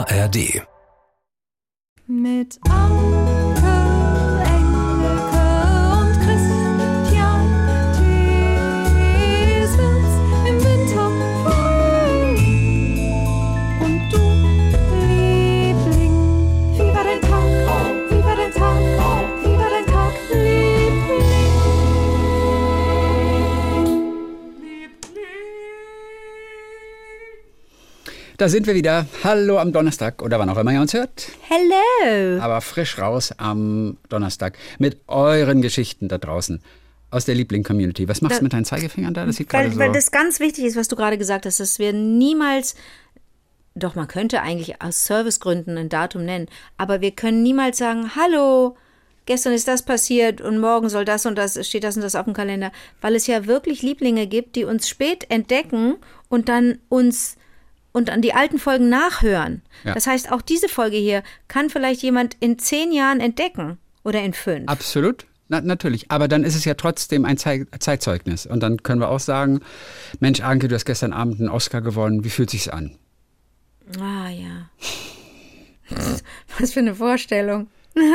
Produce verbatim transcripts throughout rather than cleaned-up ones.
R D. Mit Anke, Engelke und Christian Thiesens im Winter und du, Liebling, wie war dein Tag, wie war dein Tag, wie war dein Tag, Liebling, Liebling. Da sind wir wieder. Hallo am Donnerstag oder wann auch immer ihr uns hört. Hello! Aber frisch raus am Donnerstag mit euren Geschichten da draußen aus der Liebling-Community. Was machst Da- du mit deinen Zeigefingern da? Das sieht Weil, gerade so... weil das ganz wichtig ist, was du gerade gesagt hast, dass wir niemals, doch man könnte eigentlich aus Servicegründen ein Datum nennen, aber wir können niemals sagen, hallo, gestern ist das passiert und morgen soll das und das, steht das und das auf dem Kalender, weil es ja wirklich Lieblinge gibt, die uns spät entdecken und dann uns und an die alten Folgen nachhören. Ja. Das heißt, auch diese Folge hier kann vielleicht jemand in zehn Jahren entdecken oder in fünf. Absolut, Na, natürlich. Aber dann ist es ja trotzdem ein Zei- Zeitzeugnis. Und dann können wir auch sagen, Mensch, Anke, du hast gestern Abend einen Oscar gewonnen. Wie fühlt sich's an? Ah ja. Was für eine Vorstellung.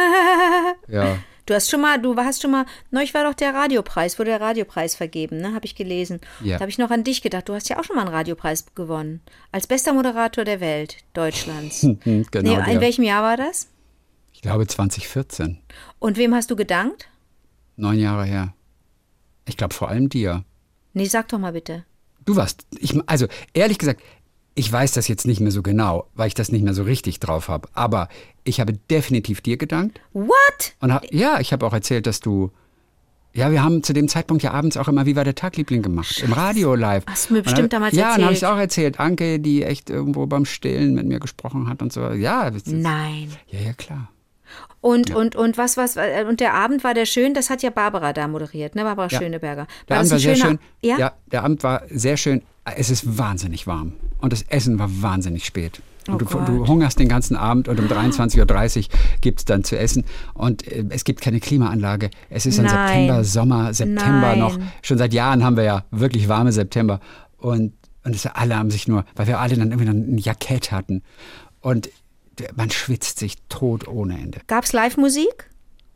Ja. Du hast schon mal, du hast schon mal, neulich war doch der Radiopreis, wurde der Radiopreis vergeben, ne? Habe ich gelesen. Ja. Da habe ich noch an dich gedacht. Du hast ja auch schon mal einen Radiopreis gewonnen. Als bester Moderator der Welt, Deutschlands. Genau. Nee, der. in welchem Jahr war das? Ich glaube zwanzig vierzehn. Und wem hast du gedankt? Neun Jahre her. Ich glaube vor allem dir. Nee, sag doch mal bitte. Du warst, ich, also ehrlich gesagt, ich weiß das jetzt nicht mehr so genau, weil ich das nicht mehr so richtig drauf habe. Aber ich habe definitiv dir gedankt. What? Und hab, ja, ich habe auch erzählt, dass du, ja, wir haben zu dem Zeitpunkt ja abends auch immer Wie war der Tag, Liebling gemacht, im Radio live. Hast du mir Und bestimmt dann- damals Ja, dann habe erzählt. ich es auch erzählt. Anke, die echt irgendwo beim Stillen mit mir gesprochen hat und so. Ja, das ist, Nein. ja, ja, klar. Und, und, und was, was, und der Abend war der schön, das hat ja Barbara da moderiert, ne? Barbara Ja. Schöneberger. Der das Abend war ein sehr schöner- schön. Ja? Ja, der Abend war sehr schön. Es ist wahnsinnig warm. Und das Essen war wahnsinnig spät. Und Oh du, Gott. du hungerst den ganzen Abend und um dreiundzwanzig Uhr dreißig gibt es dann zu essen. Und äh, es gibt keine Klimaanlage. Es ist ein Nein. September, Sommer, September Nein. noch. Schon seit Jahren haben wir ja wirklich warme September. Und, und es, alle haben sich nur, weil wir alle dann irgendwie ein Jackett hatten. Und man schwitzt sich tot ohne Ende. Gab's Live-Musik?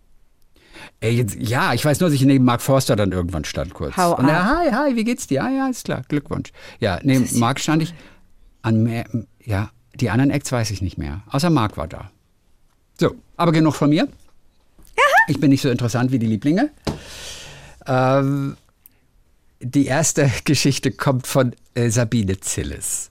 Ey, jetzt, ja, ich weiß nur, dass ich neben Mark Forster dann irgendwann stand kurz. Hau und er, ab. hi, hi, wie geht's dir? Ah, ja, ist klar, Glückwunsch. Ja, neben Mark stand ich. An mehr, ja, die anderen Acts weiß ich nicht mehr. Außer Mark war da. So, aber genug von mir. Ich bin nicht so interessant wie die Lieblinge. Ähm, die erste Geschichte kommt von äh, Sabine Zilles.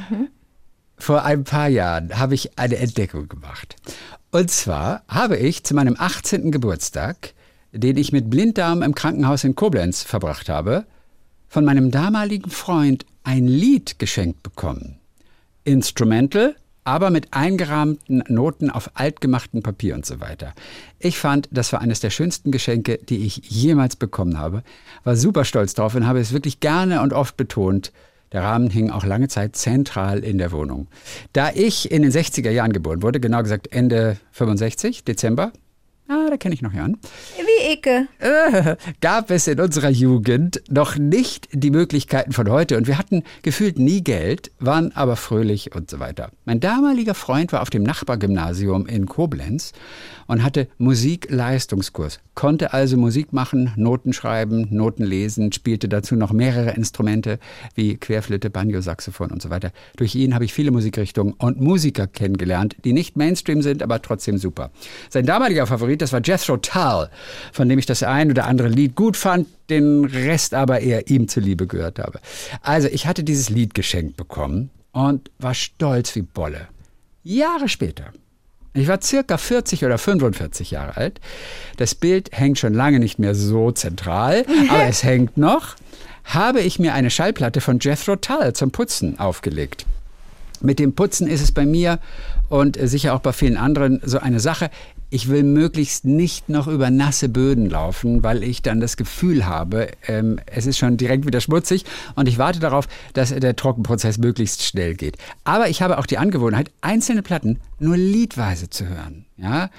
Vor ein paar Jahren habe ich eine Entdeckung gemacht. Und zwar habe ich zu meinem achtzehnten Geburtstag, den ich mit Blinddarm im Krankenhaus in Koblenz verbracht habe, von meinem damaligen Freund ein Lied geschenkt bekommen. Instrumental, aber mit eingerahmten Noten auf altgemachtem Papier und so weiter. Ich fand, das war eines der schönsten Geschenke, die ich jemals bekommen habe. War super stolz drauf und habe es wirklich gerne und oft betont. Der Rahmen hing auch lange Zeit zentral in der Wohnung. Da ich in den sechziger Jahren geboren wurde, genau gesagt Ende fünfundsechzig, Dezember, ah, da kenne ich noch Jan, Wie Icke. äh, gab es in unserer Jugend noch nicht die Möglichkeiten von heute. Und wir hatten gefühlt nie Geld, waren aber fröhlich und so weiter. Mein damaliger Freund war auf dem Nachbargymnasium in Koblenz und hatte Musikleistungskurs, konnte also Musik machen, Noten schreiben, Noten lesen, spielte dazu noch mehrere Instrumente wie Querflöte, Banjo, Saxophon und so weiter. Durch ihn habe ich viele Musikrichtungen und Musiker kennengelernt, die nicht Mainstream sind, aber trotzdem super. Sein damaliger Favorit, das war Jethro Tull, von dem ich das ein oder andere Lied gut fand, den Rest aber eher ihm zuliebe gehört habe. Also ich hatte dieses Lied geschenkt bekommen und war stolz wie Bolle. Jahre später, ich war circa vierzig oder fünfundvierzig Jahre alt. Das Bild hängt schon lange nicht mehr so zentral, aber es hängt noch. Habe ich mir eine Schallplatte von Jethro Tull zum Putzen aufgelegt. Mit dem Putzen ist es bei mir und sicher auch bei vielen anderen so eine Sache. Ich will möglichst nicht noch über nasse Böden laufen, weil ich dann das Gefühl habe, ähm, es ist schon direkt wieder schmutzig und ich warte darauf, dass der Trockenprozess möglichst schnell geht. Aber ich habe auch die Angewohnheit, einzelne Platten nur liedweise zu hören. Ja?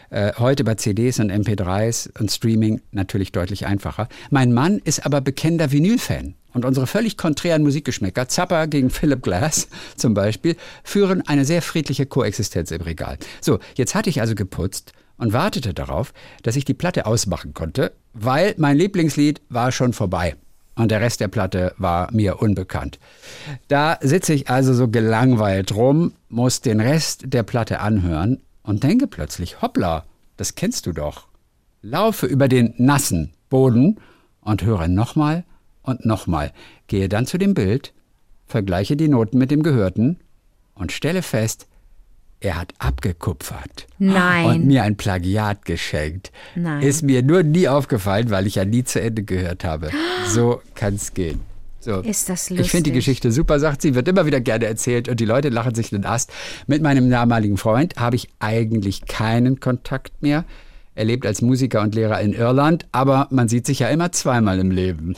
Äh, heute bei C Ds und M P dreis und Streaming natürlich deutlich einfacher. Mein Mann ist aber bekennender Vinyl-Fan. Und unsere völlig konträren Musikgeschmäcker, Zappa gegen Philip Glass zum Beispiel, führen eine sehr friedliche Koexistenz im Regal. So, jetzt hatte ich also geputzt und wartete darauf, dass ich die Platte ausmachen konnte, weil mein Lieblingslied war schon vorbei. Und der Rest der Platte war mir unbekannt. Da sitze ich also so gelangweilt rum, muss den Rest der Platte anhören und denke plötzlich, hoppla, das kennst du doch. Laufe über den nassen Boden und höre nochmal und nochmal. Gehe dann zu dem Bild, vergleiche die Noten mit dem Gehörten und stelle fest, er hat abgekupfert. Nein. Und mir ein Plagiat geschenkt. Nein. Ist mir nur nie aufgefallen, weil ich ja nie zu Ende gehört habe. So kann es gehen. So. Ist das lustig. Ich finde die Geschichte super, sagt sie, wird immer wieder gerne erzählt und die Leute lachen sich den Ast. Mit meinem damaligen Freund habe ich eigentlich keinen Kontakt mehr. Er lebt als Musiker und Lehrer in Irland, aber man sieht sich ja immer zweimal im Leben.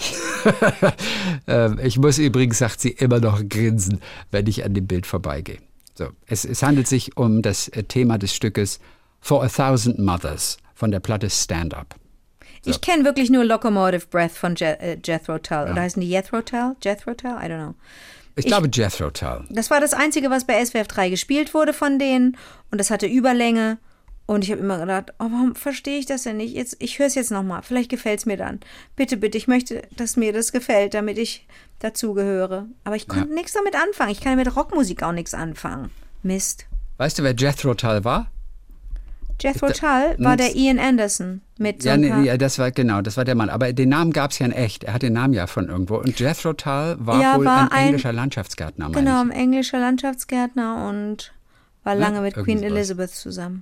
Ich muss übrigens, sagt sie, immer noch grinsen, wenn ich an dem Bild vorbeigehe. So, es, es handelt sich um das Thema des Stückes For a Thousand Mothers von der Platte Stand Up. So. Ich kenne wirklich nur Locomotive Breath von Je- äh, Jethro Tull. Ja. Oder heißen die Jethro Tull? Jethro Tull? I don't know. Ich, ich glaube Jethro Tull. Das war das Einzige, was bei S W F drei gespielt wurde von denen. Und das hatte Überlänge. Und ich habe immer gedacht, oh, warum verstehe ich das denn nicht? Jetzt, ich höre es jetzt nochmal. Vielleicht gefällt es mir dann. Bitte, bitte, ich möchte, dass mir das gefällt, damit ich dazugehöre. Aber ich konnte Ja. nichts damit anfangen. Ich kann mit Rockmusik auch nichts anfangen. Mist. Weißt du, wer Jethro Tull war? Jethro Da- Tull war nix. der Ian Anderson mit so Ja, ein nee, paar... ja, das war genau, das war der Mann. Aber den Namen gab es ja in echt. Er hat den Namen ja von irgendwo. Und Jethro Tull war Ja, wohl war ein, ein- englischer Landschaftsgärtner, meine Genau, ich. ein englischer Landschaftsgärtner und war Ja, lange mit irgendwie Queen sowas. Elizabeth zusammen.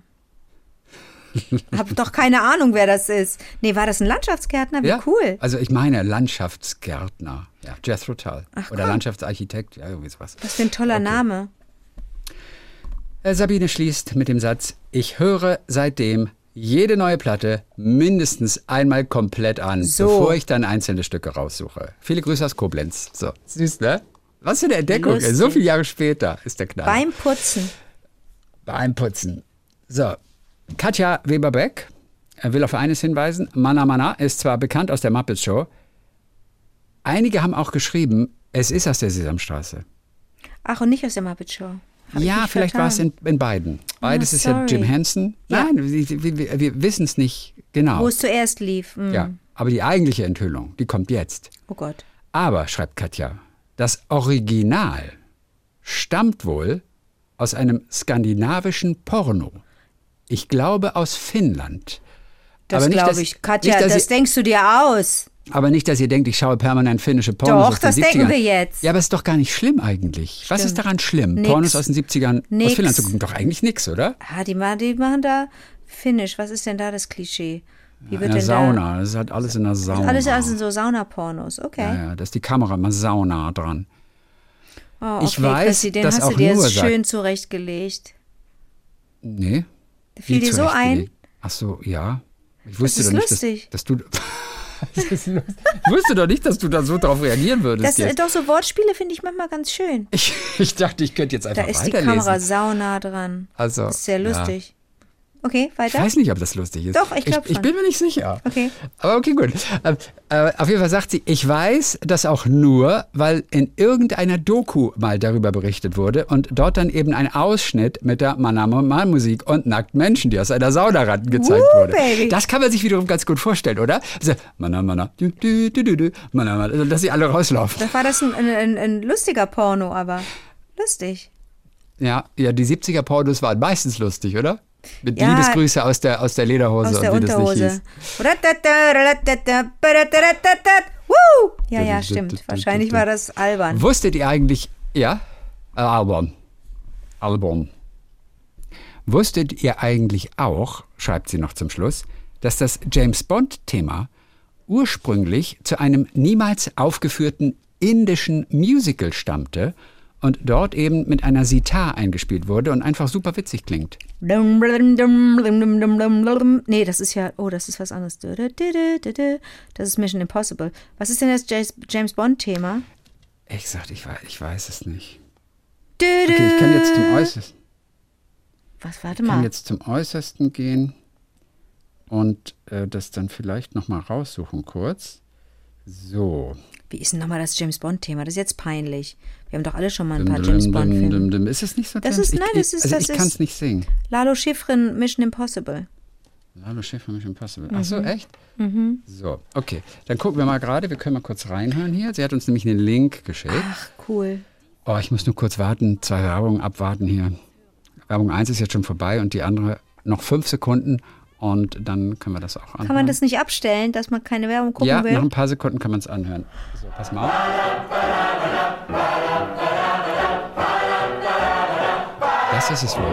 Hab doch keine Ahnung, wer das ist. Nee, war das ein Landschaftsgärtner? Wie Ja, cool. also ich meine Landschaftsgärtner. Ja, Jethro Tull. Ach, Oder komm. Landschaftsarchitekt, ja, irgendwie sowas. Was für ein toller Okay. Name. Äh, Sabine schließt mit dem Satz, ich höre seitdem jede neue Platte mindestens einmal komplett an, So. bevor ich dann einzelne Stücke raussuche. Viele Grüße aus Koblenz. So, süß, ne? Was für eine Entdeckung. Lustig. So viele Jahre später ist der Knall. Beim Putzen. Beim Putzen. So, Katja Weber-Beck will auf eines hinweisen. Mana Mana ist zwar bekannt aus der Muppet Show, einige haben auch geschrieben, es ist aus der Sesamstraße. Ach, und nicht aus der Muppet Show. Hab ich Ja, mich vielleicht war es vertan. in, in beiden. Beides ist ja sorry. Jim Henson. Ja. Nein, wir, wir, wir wissen es nicht genau. Wo es zuerst lief. Hm. Ja, aber die eigentliche Enthüllung, die kommt jetzt. Oh Gott. Aber, schreibt Katja, das Original stammt wohl aus einem skandinavischen Porno. Ich glaube aus Finnland. Das Aber nicht, glaube dass- ich. Katja, nicht, dass das ihr- denkst du dir aus. Aber nicht, dass ihr denkt, ich schaue permanent finnische Pornos Doch, aus den das denken siebzigern. wir jetzt. Ja, aber ist doch gar nicht schlimm eigentlich. Was ist daran schlimm? Nix. Pornos aus den siebzigern Nix. aus Finnland zu gucken, doch eigentlich nichts, oder? Ah, die, ma- die machen da Finnisch. Was ist denn da das Klischee? Wie In wird der denn Sauna, das ist halt alles in der da? Sauna. Alles, alles in so Saunapornos. Okay. ja, ja, da ist die Kamera mal sauna dran. Oh, okay, Ich weiß, Chrissy, den dass hast auch du dir nur jetzt sagt- schön zurechtgelegt. Nee. Fiel Wie dir so ein? zurechtgelegt? Ach so, ja. Ich wusste ist doch nicht, lustig. Dass, dass du... Das ist lustig. Ich wusste doch nicht, dass du da so drauf reagieren würdest. Das, äh, jetzt. doch, so Wortspiele finde ich manchmal ganz schön. Ich, ich dachte, ich könnte jetzt Da einfach ist die weiterlesen. Kamera saunah dran. Also, Das ist sehr ja. lustig. Okay, Ich weiter. weiß nicht, ob das lustig ist. Doch, ich glaub Ich, ich schon. bin mir nicht sicher. Okay. Aber okay, gut. Äh, äh, auf jeden Fall sagt sie, ich weiß das auch nur, weil in irgendeiner Doku mal darüber berichtet wurde und dort dann eben ein Ausschnitt mit der Manama-Musik und nackten Menschen, die aus einer Sauna rannten, gezeigt Woo, wurde. baby. Das kann man sich wiederum ganz gut vorstellen, oder? Also, Manamana, dü, dü, dü, dü, dü, Manamana, also, dass sie alle rauslaufen. Da war das ein, ein, ein, ein lustiger Porno, aber lustig. Ja, ja, die siebziger-Pornos waren meistens lustig, oder? Mit Ja. Liebesgrüße aus der, aus der Lederhose Aus der und wie das nicht Unterhose. hieß. Woo! Ja, ja, stimmt. Wahrscheinlich war das albern. Wusstet ihr eigentlich, ja, äh, Album, Album. Wusstet ihr eigentlich auch, schreibt sie noch zum Schluss, dass das James-Bond-Thema ursprünglich zu einem niemals aufgeführten indischen Musical stammte und dort eben mit einer Sitar eingespielt wurde und einfach super witzig klingt. Nee, das ist ja, oh, das ist was anderes. Das ist Mission Impossible. Was ist denn das James Bond-Thema? Ich sagte, ich weiß, ich weiß es nicht. Okay, ich kann jetzt zum Äußersten, Was, warte kann mal. jetzt zum Äußersten gehen. und äh, das dann vielleicht nochmal raussuchen kurz. So. Wie ist denn nochmal das James-Bond-Thema? Das ist jetzt peinlich. Wir haben doch alle schon mal ein Dim, paar dim, James-Bond-Filme. dim, dim. Ist es nicht so? Das James? ist, nein, ich, das ist, also das ich kann es ist nicht singen. Lalo Schifrin, Mission Impossible. Lalo Schifrin, Mission Impossible. Ach so, echt? Mhm. So, okay. Dann gucken wir mal gerade. Wir können mal kurz reinhören hier. Sie hat uns nämlich einen Link geschickt. Ach, cool. Oh, ich muss nur kurz warten. Zwei Werbungen abwarten hier. Werbung eins ist jetzt schon vorbei und die andere noch fünf Sekunden. Und dann können wir das auch anhören. Kann man das nicht abstellen, dass man keine Werbung gucken ja, will? Ja, nach ein paar Sekunden kann man es anhören. So, pass mal auf. Das ist es wohl.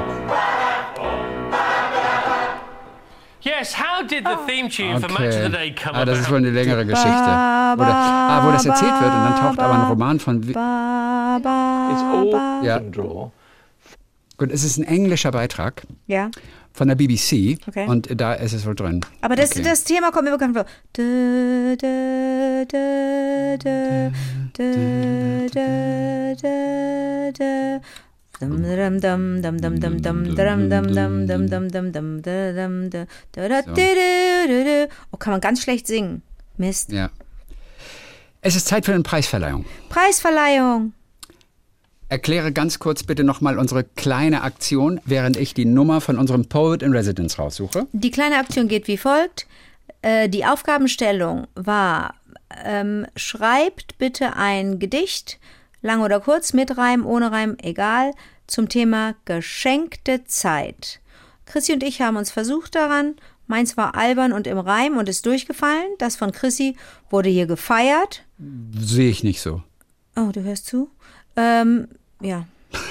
Yes, how did the theme tune for Match of the Day come Ah, das ist wohl about? eine längere Geschichte. Oder, ah, wo das erzählt wird und dann taucht aber ein Roman von... Ba, ba, It's all ba. Ja. can draw. Gut, es ist ein englischer Beitrag Ja, von der B B C Okay. und da ist es wohl drin. aber das, Okay. das Thema kommt mir bekannt vor. Da, da, da, da, da, da, da, da. Dum, dum, dum, dum, dum, dum, dum, dum, dum, dum, dum, dum, dum, dum, da, dum, da, da, da, So. da, da, da, da. Oh, kann man ganz schlecht singen. Mist. Ja. Es ist Zeit für eine Preisverleihung. Preisverleihung. Erkläre ganz kurz bitte nochmal unsere kleine Aktion, während ich die Nummer von unserem Poet in Residence raussuche. Die kleine Aktion geht wie folgt. Äh, die Aufgabenstellung war, ähm, schreibt bitte ein Gedicht, lang oder kurz, mit Reim, ohne Reim, egal, zum Thema geschenkte Zeit. Chrissy und ich haben uns versucht daran. Meins war albern und im Reim und ist durchgefallen. Das von Chrissy wurde hier gefeiert. Sehe ich nicht so. Oh, du hörst zu? Ähm, ja.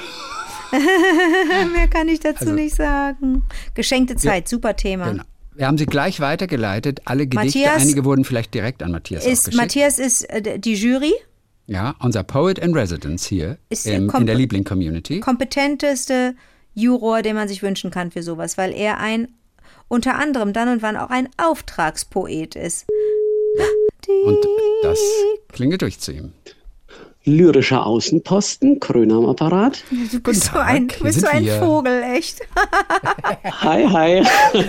Mehr kann ich dazu Also- nicht sagen. Geschenkte Zeit, super Thema. Genau. Wir haben sie gleich weitergeleitet. Alle Gedichte, Matthias einige wurden vielleicht direkt an Matthias auch Ist, geschickt. Matthias ist äh, die Jury, Ja, unser Poet in Residence hier Ist im, kom- in der Liebling-Community. kompetenteste Juror, den man sich wünschen kann für sowas, weil er ein, unter anderem dann und wann auch ein Auftragspoet ist. Und das klingelt durch zu ihm. Lyrischer Außenposten, Kröner am Apparat. Du bist so Tag, ein, du hier bist so sind ein wir. Vogel, echt. Hi, hi.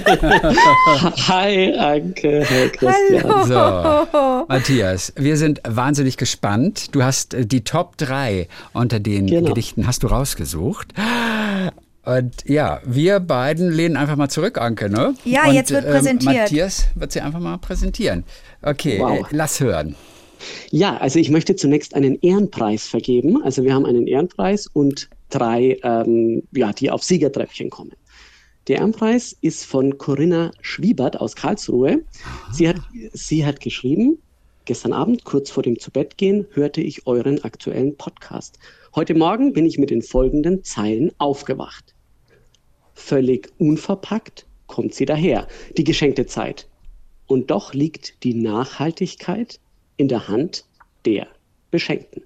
Hi, Anke, hi, Christian. So, Matthias, wir sind wahnsinnig gespannt. Du hast äh, die Top drei unter den Genau. Gedichten hast du rausgesucht. Und ja, wir beiden lehnen einfach mal zurück, Anke, ne? Ja, Und, jetzt wird ähm, präsentiert. Matthias wird sie einfach mal präsentieren. Okay, Wow. äh, lass hören. Ja, also ich möchte zunächst einen Ehrenpreis vergeben. Also wir haben einen Ehrenpreis und drei, ähm, ja, die auf Siegertreppchen kommen. Der Ehrenpreis ist von Corinna Schwiebert aus Karlsruhe. Sie hat, sie hat geschrieben, gestern Abend, kurz vor dem Zubettgehen, hörte ich euren aktuellen Podcast. Heute Morgen bin ich mit den folgenden Zeilen aufgewacht. Völlig unverpackt kommt sie daher, die geschenkte Zeit. Und doch liegt die Nachhaltigkeit in der Hand der Beschenkten.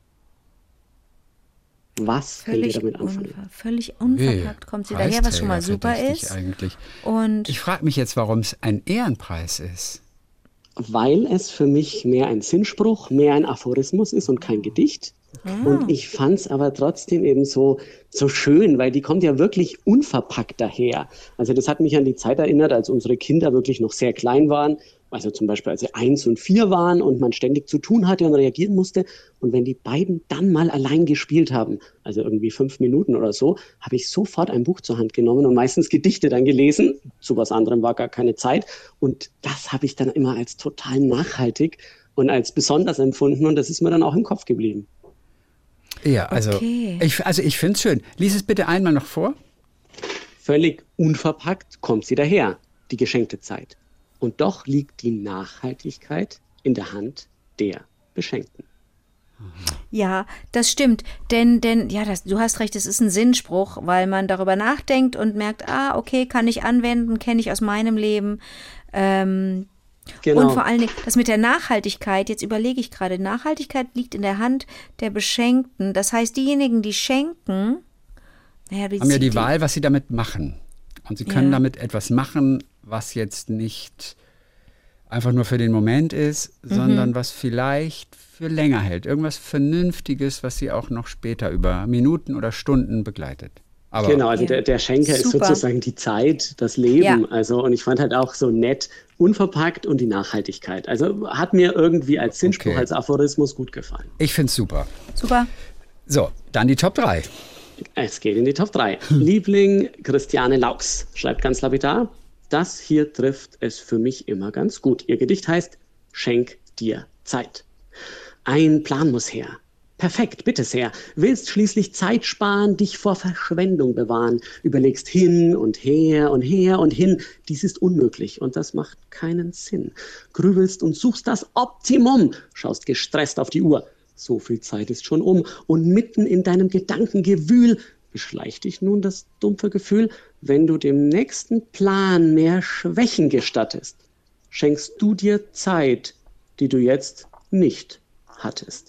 Was könnt ihr Völlig, damit anfangen? unver völlig unverpackt kommt sie daher, was schon mal super Preisträger ist. eigentlich. Und Ich frage mich jetzt, warum es ein Ehrenpreis ist. Weil es für mich mehr ein Sinnspruch, mehr ein Aphorismus ist und kein Gedicht. Und ich fand es aber trotzdem eben so, so schön, weil die kommt ja wirklich unverpackt daher. Also das hat mich an die Zeit erinnert, als unsere Kinder wirklich noch sehr klein waren. Also zum Beispiel, als sie eins und vier waren und man ständig zu tun hatte und reagieren musste. Und wenn die beiden dann mal allein gespielt haben, also irgendwie fünf Minuten oder so, habe ich sofort ein Buch zur Hand genommen und meistens Gedichte dann gelesen. Zu was anderem war gar keine Zeit. Und das habe ich dann immer als total nachhaltig und als besonders empfunden. Und das ist mir dann auch im Kopf geblieben. Ja, also Okay. ich, also ich finde es schön. Lies es bitte einmal noch vor. Völlig unverpackt kommt sie daher, die geschenkte Zeit. Und doch liegt die Nachhaltigkeit in der Hand der Beschenkten. ja, das stimmt. Denn, denn ja, das, du hast recht, es ist ein Sinnspruch, weil man darüber nachdenkt und merkt, ah, okay, kann ich anwenden, kenne ich aus meinem Leben. Ähm, Genau. Und vor allen Dingen, das mit der Nachhaltigkeit, jetzt überlege ich gerade, Nachhaltigkeit liegt in der Hand der Beschenkten. Das heißt, diejenigen, die schenken, naja, die, Haben ja die die Wahl, was sie damit machen. Und sie können Ja. damit etwas machen, was jetzt nicht einfach nur für den Moment ist, Mhm. sondern was vielleicht für länger hält. Irgendwas Vernünftiges, was sie auch noch später über Minuten oder Stunden begleitet. Aber genau, also der, der Schenker ist Super. sozusagen die Zeit, das Leben. Ja. Also, und ich fand halt auch so nett, unverpackt und die Nachhaltigkeit. Also hat mir irgendwie als Sinnspruch, Okay. als Aphorismus gut gefallen. ich finde es super. Super. So, dann die Top drei. Es geht in die Top drei. Liebling Christiane Laux schreibt ganz lapidar, das hier trifft es für mich immer ganz gut. Ihr Gedicht heißt Schenk dir Zeit. Ein Plan muss her. Perfekt, bitte sehr. Willst schließlich Zeit sparen, dich vor Verschwendung bewahren. Überlegst hin und her und her und hin. Dies ist unmöglich und das macht keinen Sinn. Grübelst und suchst das Optimum. Schaust gestresst auf die Uhr. So viel Zeit ist schon um. Und mitten in deinem Gedankengewühl beschleicht dich nun das dumpfe Gefühl, wenn du dem nächsten Plan mehr Schwächen gestattest, schenkst du dir Zeit, die du jetzt nicht hattest.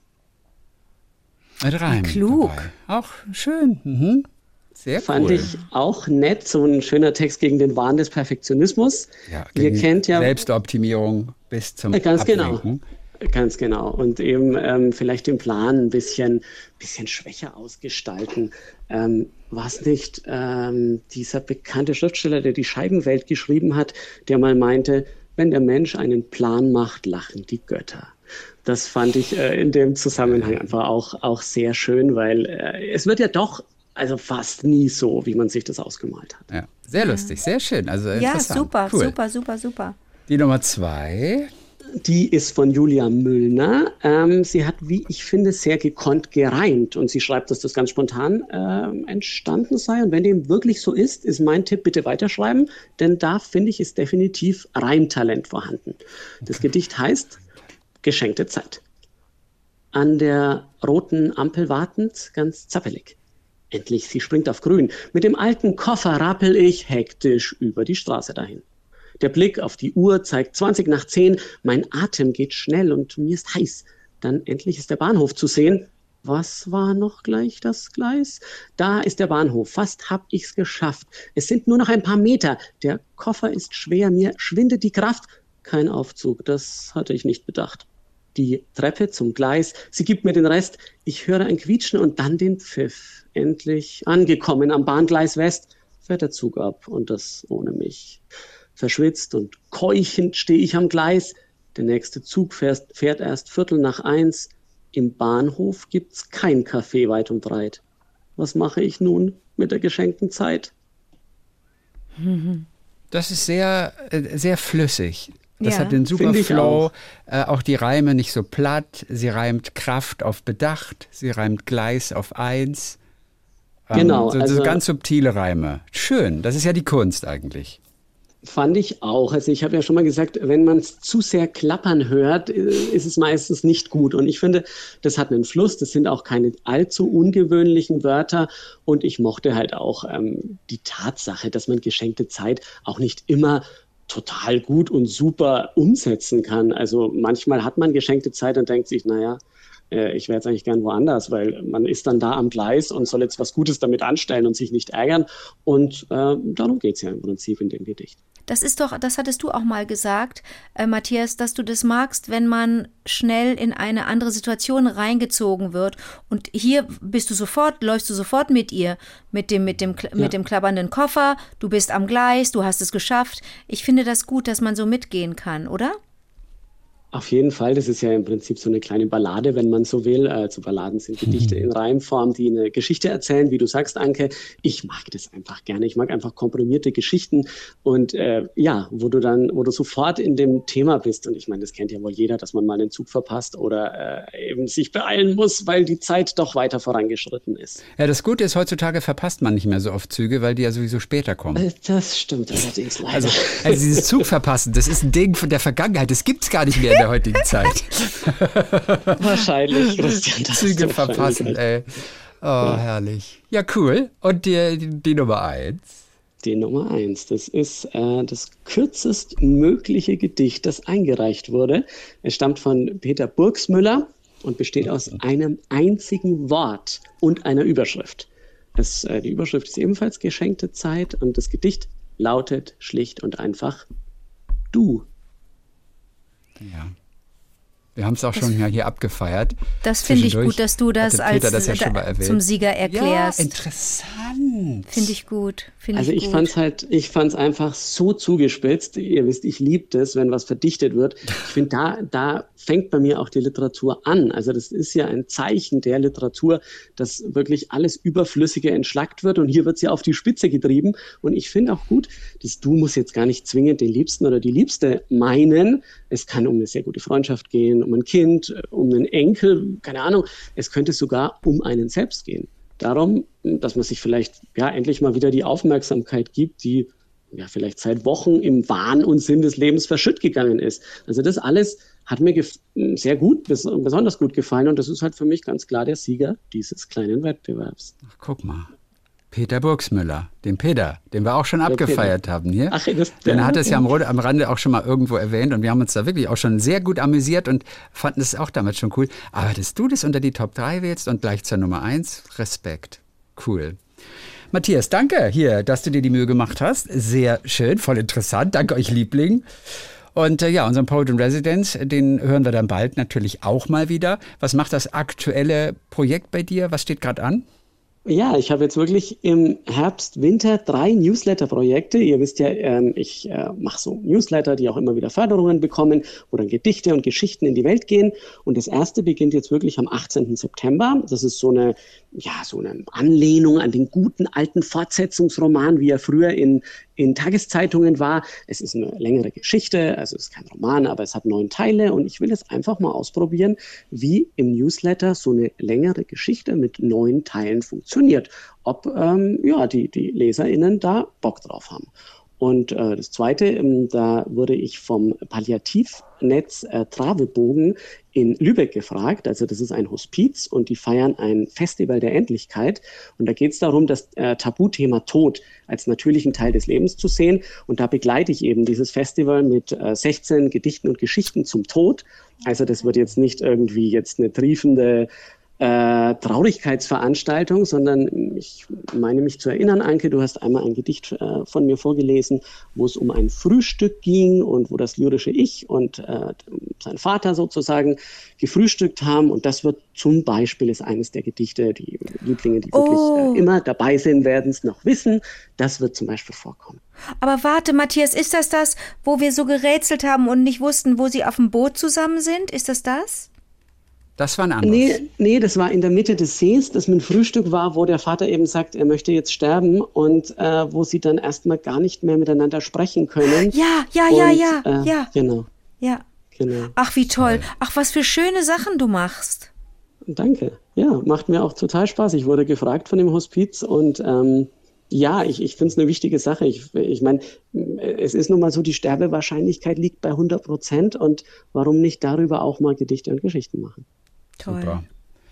Mit Reim. Klug. Dabei. Auch schön. Mhm. Sehr Fand cool. ich auch nett, so ein schöner Text gegen den Wahn des Perfektionismus. Ja, Ihr gegen kennt ja Selbstoptimierung bis zum Äh, ganz genau. Ablenken. Ganz genau. Und eben ähm, vielleicht den Plan ein bisschen, bisschen schwächer ausgestalten. Ähm, war es nicht ähm, dieser bekannte Schriftsteller, der die Scheibenwelt geschrieben hat, der mal meinte, wenn der Mensch einen Plan macht, lachen die Götter. Das fand ich äh, in dem Zusammenhang einfach auch, auch sehr schön, weil äh, es wird ja doch also fast nie so, wie man sich das ausgemalt hat. Ja, sehr lustig, sehr schön. Also Ja, interessant. super, cool. super, super, super. Die Nummer zwei. Die ist von Julia Müllner. Ähm, sie hat, wie ich finde, sehr gekonnt gereimt. Und sie schreibt, dass das ganz spontan ähm, entstanden sei. Und wenn dem wirklich so ist, ist mein Tipp, bitte weiterschreiben. Denn da, finde ich, ist definitiv Reimtalent vorhanden. Das Gedicht heißt Geschenkte Zeit. An der roten Ampel wartend, ganz zappelig. Endlich, sie springt auf grün. Mit dem alten Koffer rappel ich hektisch über die Straße dahin. Der Blick auf die Uhr zeigt zwanzig nach zehn. Mein Atem geht schnell und mir ist heiß. Dann endlich ist der Bahnhof zu sehen. Was war noch gleich das Gleis? Da ist der Bahnhof. Fast hab ich's geschafft. Es sind nur noch ein paar Meter. Der Koffer ist schwer. Mir schwindet die Kraft. Kein Aufzug. Das hatte ich nicht bedacht. Die Treppe zum Gleis. Sie gibt mir den Rest. Ich höre ein Quietschen und dann den Pfiff. Endlich angekommen am Bahngleis West fährt der Zug ab und das ohne mich. Verschwitzt und keuchend stehe ich am Gleis. Der nächste Zug fährt, fährt erst Viertel nach eins. Im Bahnhof gibt's kein Café weit und breit. Was mache ich nun mit der geschenkten Zeit? Das ist sehr, äh, sehr flüssig. Das Ja, hat den super finde ich Flow. auch. Äh, auch die Reime nicht so platt. Sie reimt Kraft auf Bedacht. Sie reimt Gleis auf Eins. Ähm, Genau, So, so also- ganz subtile Reime. Schön. Das ist ja die Kunst eigentlich. Fand ich auch. Also ich habe ja schon mal gesagt, wenn man es zu sehr klappern hört, äh, ist es meistens nicht gut. Und ich finde, das hat einen Fluss. Das sind auch keine allzu ungewöhnlichen Wörter. Und ich mochte halt auch ähm, die Tatsache, dass man geschenkte Zeit auch nicht immer total gut und super umsetzen kann. Also manchmal hat man geschenkte Zeit und denkt sich, naja, äh, ich wäre jetzt eigentlich gern woanders, weil man ist dann da am Gleis und soll jetzt was Gutes damit anstellen und sich nicht ärgern. Und äh, darum geht es ja im Prinzip in dem Gedicht. Das ist doch, das hattest du auch mal gesagt, äh, Matthias, dass du das magst, wenn man schnell in eine andere Situation reingezogen wird. Und hier bist du sofort, läufst du sofort mit ihr, mit dem, mit dem, Ja. mit dem klappernden Koffer. Du bist am Gleis, du hast es geschafft. Ich finde das gut, dass man so mitgehen kann, oder? Auf jeden Fall, das ist ja im Prinzip so eine kleine Ballade, wenn man so will. Also Balladen sind Gedichte in Reimform, die eine Geschichte erzählen, wie du sagst, Anke. Ich mag das einfach gerne. Ich mag einfach komprimierte Geschichten und äh, ja, wo du dann, wo du sofort in dem Thema bist. Und ich meine, das kennt ja wohl jeder, dass man mal einen Zug verpasst oder äh, eben sich beeilen muss, weil die Zeit doch weiter vorangeschritten ist. Ja, das Gute ist, heutzutage verpasst man nicht mehr so oft Züge, weil die ja sowieso später kommen. Äh, Das stimmt allerdings leider. Also, also dieses Zug verpassen, das ist ein Ding von der Vergangenheit. Das gibt's gar nicht mehr in der heutigen Zeit. Wahrscheinlich, Christian. das Züge ist wahrscheinlich verpassen, recht. ey. Oh, herrlich. Ja, cool. Und die, die, die Nummer eins? Die Nummer eins, das ist äh, das kürzest mögliche Gedicht, das eingereicht wurde. Es stammt von Peter Burgsmüller und besteht aus einem einzigen Wort und einer Überschrift. Das, äh, die Überschrift ist ebenfalls Geschenkte Zeit und das Gedicht lautet schlicht und einfach Du. Ja. Wir haben es auch schon ja hier abgefeiert. Das finde ich Zwischendurch gut, dass du das hatte Peter als das ja schon mal da- erwähnt. zum Sieger erklärst. Ja, interessant. Finde ich gut. Find Also ich gut. fand's halt, ich fand's einfach so zugespitzt. Ihr wisst, ich liebe das, wenn was verdichtet wird. Ich finde, da, da fängt bei mir auch die Literatur an. Also das ist ja ein Zeichen der Literatur, dass wirklich alles Überflüssige entschlackt wird und hier wird's ja auf die Spitze getrieben. Und ich finde auch gut, dass du musst jetzt gar nicht zwingend den Liebsten oder die Liebste meinen. Es kann um eine sehr gute Freundschaft gehen, um ein Kind, um einen Enkel, keine Ahnung. Es könnte sogar um einen selbst gehen. Darum, dass man sich vielleicht ja endlich mal wieder die Aufmerksamkeit gibt, die ja vielleicht seit Wochen im Wahn und Sinn des Lebens verschütt gegangen ist. Also das alles hat mir gef- sehr gut, bes- besonders gut gefallen und das ist halt für mich ganz klar der Sieger dieses kleinen Wettbewerbs. Ach, guck mal. Peter Burgsmüller, den Peter, den wir auch schon abgefeiert haben hier. Ach, das, Den hat es ja am, am Rande auch schon mal irgendwo erwähnt und wir haben uns da wirklich auch schon sehr gut amüsiert und fanden es auch damals schon cool. Aber dass du das unter die Top drei wählst und gleich zur Nummer eins, Respekt. Cool. Matthias, danke hier, dass du dir die Mühe gemacht hast. Sehr schön, voll interessant. Danke euch, Liebling. Und äh, ja, unseren Poet in Residence, den hören wir dann bald natürlich auch mal wieder. Was macht das aktuelle Projekt bei dir? Was steht gerade an? Ja, ich habe jetzt wirklich im Herbst, Winter drei Newsletter-Projekte. Ihr wisst ja, ähm, ich äh, mache so Newsletter, die auch immer wieder Förderungen bekommen, wo dann Gedichte und Geschichten in die Welt gehen. Und das erste beginnt jetzt wirklich am achtzehnten September. Das ist so eine, ja, so eine Anlehnung an den guten alten Fortsetzungsroman, wie er früher in in Tageszeitungen war. Es ist eine längere Geschichte, also es ist kein Roman, aber es hat neun Teile und ich will es einfach mal ausprobieren, wie im Newsletter so eine längere Geschichte mit neun Teilen funktioniert. Ob ähm, ja, die, die LeserInnen da Bock drauf haben. Und äh, das Zweite, ähm, da wurde ich vom Palliativnetz äh, Travebogen in Lübeck gefragt. Also das ist ein Hospiz und die feiern ein Festival der Endlichkeit. Und da geht es darum, das äh, Tabuthema Tod als natürlichen Teil des Lebens zu sehen. Und da begleite ich eben dieses Festival mit äh, sechzehn Gedichten und Geschichten zum Tod. Also das wird jetzt nicht irgendwie jetzt eine triefende Äh, Traurigkeitsveranstaltung, sondern ich meine mich zu erinnern, Anke, du hast einmal ein Gedicht äh, von mir vorgelesen, wo es um ein Frühstück ging und wo das lyrische Ich und äh, sein Vater sozusagen gefrühstückt haben und das wird zum Beispiel ist eines der Gedichte, die Lieblinge, die wirklich Oh. äh, immer dabei sind, werden es noch wissen, das wird zum Beispiel vorkommen. Aber warte, Matthias, ist das das, wo wir so gerätselt haben und nicht wussten, wo sie auf dem Boot zusammen sind? Ist das das? Das war ein anderes. Nee, nee, das war in der Mitte des Sees, das mit ein Frühstück war, wo der Vater eben sagt, er möchte jetzt sterben und äh, wo sie dann erstmal gar nicht mehr miteinander sprechen können. Ja, ja, ja, und, ja, äh, ja. Genau, Ja. genau. Ach, wie toll. Ach, was für schöne Sachen du machst. Danke. Ja, macht mir auch total Spaß. Ich wurde gefragt von dem Hospiz und ähm, ja, ich, ich finde es eine wichtige Sache. Ich, ich meine, es ist nun mal so, die Sterbewahrscheinlichkeit liegt bei hundert Prozent und warum nicht darüber auch mal Gedichte und Geschichten machen? Toll. Super.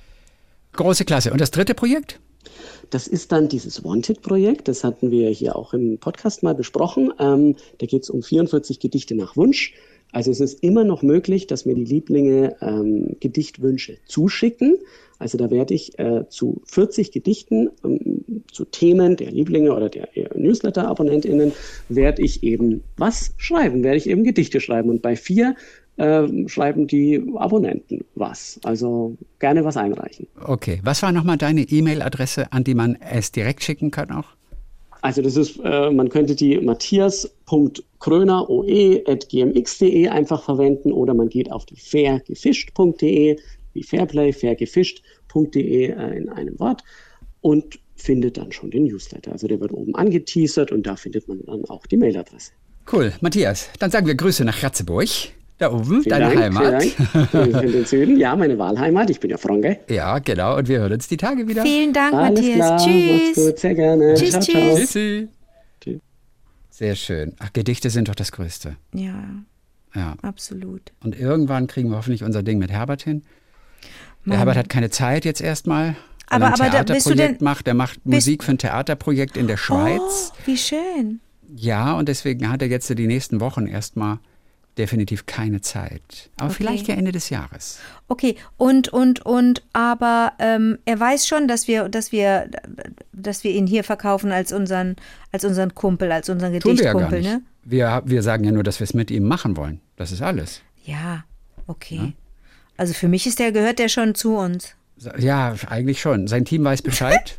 Große Klasse. Und das dritte Projekt? Das ist dann dieses Wanted-Projekt, das hatten wir hier auch im Podcast mal besprochen. Ähm, da geht es um vierundvierzig Gedichte nach Wunsch. Also es ist immer noch möglich, dass mir die Lieblinge ähm, Gedichtwünsche zuschicken. Also da werde ich äh, zu vierzig Gedichten, ähm, zu Themen der Lieblinge oder der äh, Newsletter-AbonnentInnen, werde ich eben was schreiben, werde ich eben Gedichte schreiben. Und bei vier äh, schreiben die Abonnenten was. Also gerne was einreichen. Okay. Was war nochmal deine E-Mail-Adresse, an die man es direkt schicken kann auch? Also das ist, äh, man könnte die matthias punkt kröner at g m x punkt d e einfach verwenden oder man geht auf die fairgefischt punkt d e, wie Fairplay, fairgefischt punkt d e äh, in einem Wort und findet dann schon den Newsletter. Also der wird oben angeteasert und da findet man dann auch die Mailadresse. Cool. Matthias, dann sagen wir Grüße nach Ratzeburg. Da oben, Vielen deine Dank, Heimat. Vielen Dank. In den Süden, ja, meine Wahlheimat. Ich bin ja Franke. Ja, genau. Und wir hören uns die Tage wieder. Vielen Dank, Alles Matthias. klar, macht's Tschüss. gut, sehr gerne. Tschüss, ciao, tschüss. ciao. Tschüssi. Tschüss. Sehr schön. Ach, Gedichte sind doch das Größte. Ja, Ja. absolut. Und irgendwann kriegen wir hoffentlich unser Ding mit Herbert hin. Der Mann. Herbert hat keine Zeit jetzt erstmal, weil Aber- er ein aber da- bist du Theaterprojekt denn- macht. Der macht bist- Musik für ein Theaterprojekt in der Schweiz. Oh, wie schön. Ja, und deswegen hat er jetzt die nächsten Wochen erstmal definitiv keine Zeit. Aber Okay. vielleicht ja Ende des Jahres. Okay, und, und, und, aber ähm, er weiß schon, dass wir, dass wir, dass wir ihn hier verkaufen als unseren, als unseren Kumpel, als unseren Tun wir ja gar Gedichtkumpel, nicht. ne? Wir, wir sagen ja nur, dass wir es mit ihm machen wollen. Das ist alles. Ja, okay. Also für mich ist der, gehört der schon zu uns. Ja, eigentlich schon. Sein Team weiß Bescheid.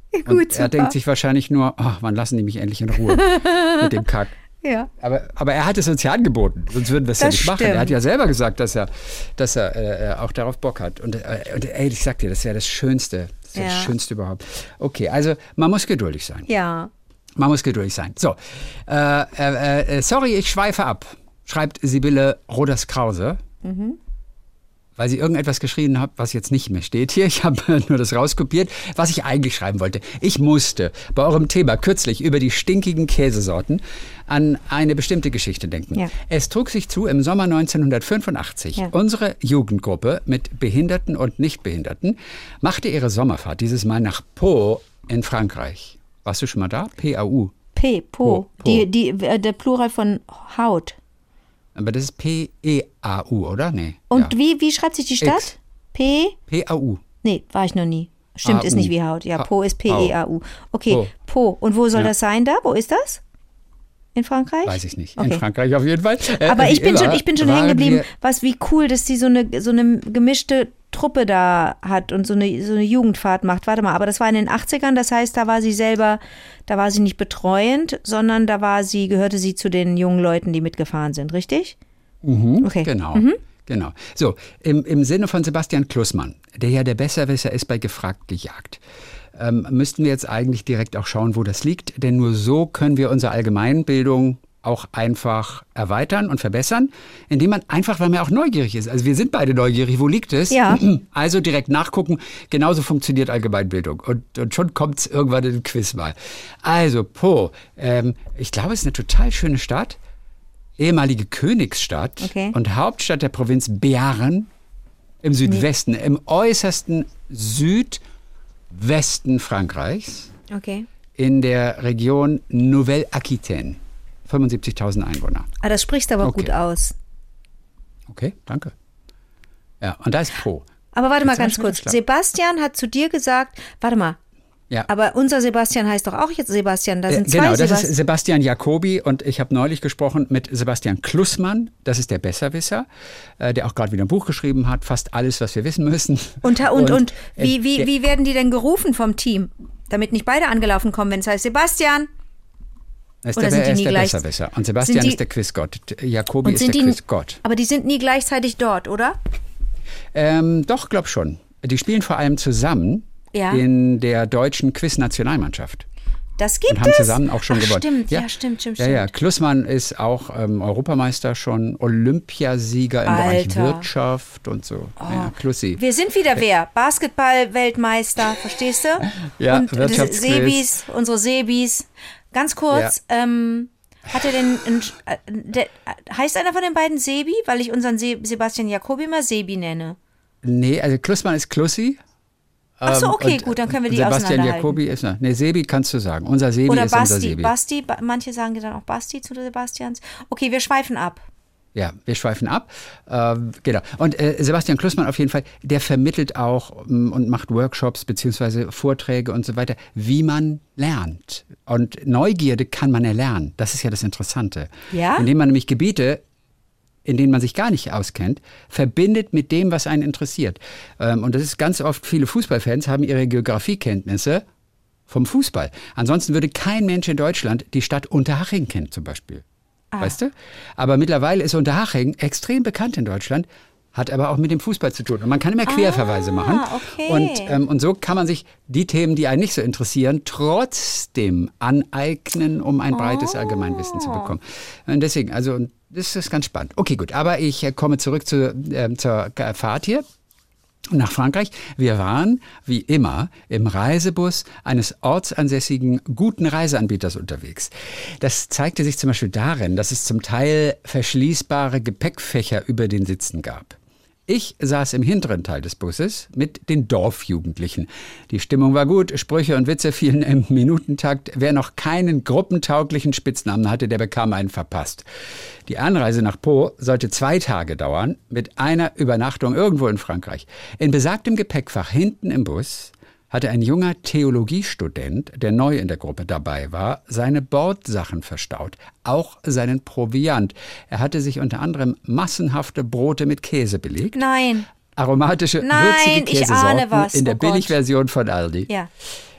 Ja, gut, und er super. denkt sich wahrscheinlich nur, oh, wann lassen die mich endlich in Ruhe mit dem Kack. Ja. Aber, aber er hat es uns ja angeboten, sonst würden wir es ja Das nicht machen. stimmt. Er hat ja selber gesagt, dass er, dass er äh, auch darauf Bock hat. Und, äh, und ey, ich sag dir, das ist ja das Schönste. Das ist ja. Ja. das Schönste überhaupt. Okay, also man muss geduldig sein. Ja. Man muss geduldig sein. So, äh, äh, äh, sorry, ich schweife ab, schreibt Sibylle Roders-Krause. Mhm. Weil sie irgendetwas geschrieben hat, was jetzt nicht mehr steht hier. Ich habe nur das rauskopiert, was ich eigentlich schreiben wollte. Ich musste bei eurem Thema kürzlich über die stinkigen Käsesorten an eine bestimmte Geschichte denken. Ja. Es trug sich zu im Sommer neunzehnhundertfünfundachtzig. Ja. Unsere Jugendgruppe mit Behinderten und Nichtbehinderten machte ihre Sommerfahrt dieses Mal nach Pau in Frankreich. Warst du schon mal da? P A U. P, Po. Po, Po. Die, die, äh, der Plural von Haut. Aber das ist P E A U, oder? Nee. Und ja. wie, wie schreibt sich die Stadt? X. P? P A U. Nee, war ich noch nie. Stimmt, A U. ist nicht wie Haut. Ja, Pa- Po ist P E A U. Okay, Po. Po. Und wo soll Ja. das sein da? Wo ist das? In Frankreich? Weiß ich nicht. Okay. In Frankreich auf jeden Fall. Äh, Aber wie ich bin immer schon, ich bin schon waren hängen geblieben, wir- was wie cool, dass die so eine, so eine gemischte Truppe da hat und so eine, so eine Jugendfahrt macht. Warte mal, aber das war in den achtzigern, das heißt, da war sie selber, da war sie nicht betreuend, sondern da war sie, gehörte sie zu den jungen Leuten, die mitgefahren sind, richtig? Mhm, Okay. Genau. Genau. So, im, im Sinne von Sebastian Klussmann, der ja der Besserwisser ist bei Gefragt gejagt, ähm, müssten wir jetzt eigentlich direkt auch schauen, wo das liegt, denn nur so können wir unsere Allgemeinbildung auch einfach erweitern und verbessern, indem man einfach, weil man auch neugierig ist. Also wir sind beide neugierig, wo liegt es? Ja. Also direkt nachgucken, genauso funktioniert Allgemeinbildung. Und, und schon kommt es irgendwann in den Quiz mal. Also Po, ähm, ich glaube, es ist eine total schöne Stadt, ehemalige Königsstadt Okay. und Hauptstadt der Provinz Bearn im Südwesten, im äußersten Südwesten Frankreichs, Okay. in der Region Nouvelle-Aquitaine. fünfundsiebzigtausend Einwohner. Ah, das sprichst du aber Okay. gut aus. Okay, danke. Ja, und da ist Po. Aber warte mal Jetzt ganz hab ich kurz. wieder Sebastian hat zu dir gesagt, warte mal, Ja. aber unser Sebastian heißt doch auch jetzt Sebastian. Da Äh, sind zwei genau, das Sebastian. ist Sebastian Jacobi und ich habe neulich gesprochen mit Sebastian Klussmann, das ist der Besserwisser, äh, der auch gerade wieder ein Buch geschrieben hat, fast alles, was wir wissen müssen. Und, und, und, äh, wie, wie, der- wie werden die denn gerufen vom Team? Damit nicht beide angelaufen kommen, wenn es heißt Sebastian. Er ist Oder der, sind die er ist nie der gleich- Besserwisser und Sebastian sind die- ist der Quizgott. Jacobi Und ist sind der die, Quizgott. aber die sind nie gleichzeitig dort, oder? Ähm, doch, glaub schon. Die spielen vor allem zusammen Ja. in der deutschen Quiz-Nationalmannschaft. Das gibt Und haben es? zusammen auch schon Ach, gewonnen. Stimmt, ja, stimmt, stimmt, Ja, stimmt. ja. Klussmann ist auch ähm, Europameister schon, Olympiasieger im Bereich Alter. Wirtschaft und so. Ja, Klussi. Wir sind wieder wer? Basketball-Weltmeister, verstehst du? Ja, Und das Wirtschaftsquiz. Sebis, unsere Sebis. Ganz kurz, ähm, hat er denn, ein, äh, der, heißt einer von den beiden Sebi? Weil ich unseren Se Sebastian Jacobi immer Sebi nenne. Nee, also Klussmann ist Klussi. Ach so, ähm, okay, und gut, dann können wir die Sebastian auseinanderhalten. Jacobi ist, nee, Sebi kannst du sagen. Unser Sebi Oder ist unser Basti, Sebi. Basti, ba manche sagen dann auch Basti zu der Sebastians. Okay, wir schweifen ab. Ja, wir schweifen ab. Ähm, genau. Und äh, Sebastian Klussmann auf jeden Fall, der vermittelt auch ähm, und macht Workshops beziehungsweise Vorträge und so weiter, wie man lernt. Und Neugierde kann man erlernen. Das ist ja das Interessante. Ja? Indem man nämlich Gebiete, in denen man sich gar nicht auskennt, verbindet mit dem, was einen interessiert. Ähm, und das ist ganz oft, viele Fußballfans haben ihre Geografiekenntnisse vom Fußball. Ansonsten würde kein Mensch in Deutschland die Stadt Unterhaching kennen zum Beispiel. Weißt du? Aber mittlerweile ist Unterhaching extrem bekannt in Deutschland, hat aber auch mit dem Fußball zu tun. Und man kann immer Querverweise machen. okay. Und, ähm, und so kann man sich die Themen, die einen nicht so interessieren, trotzdem aneignen, um ein breites Allgemeinwissen zu bekommen. Und deswegen, also das ist ganz spannend. Okay, gut. Aber ich äh, komme zurück zu, äh, zur Fahrt hier. Nach Frankreich. Wir waren, wie immer, im Reisebus eines ortsansässigen guten Reiseanbieters unterwegs. Das zeigte sich zum Beispiel darin, dass es zum Teil verschließbare Gepäckfächer über den Sitzen gab. Ich saß im hinteren Teil des Busses mit den Dorfjugendlichen. Die Stimmung war gut, Sprüche und Witze fielen im Minutentakt. Wer noch keinen gruppentauglichen Spitznamen hatte, der bekam einen verpasst. Die Anreise nach Po sollte zwei Tage dauern, mit einer Übernachtung irgendwo in Frankreich. In besagtem Gepäckfach hinten im Bus hatte ein junger Theologiestudent, der neu in der Gruppe dabei war, seine Bordsachen verstaut, auch seinen Proviant. Er hatte sich unter anderem massenhafte Brote mit Käse belegt, Nein. aromatische, Nein, würzige ich ahne Käsesorten was. in der Oh Gott. Billigversion von Aldi. Ja.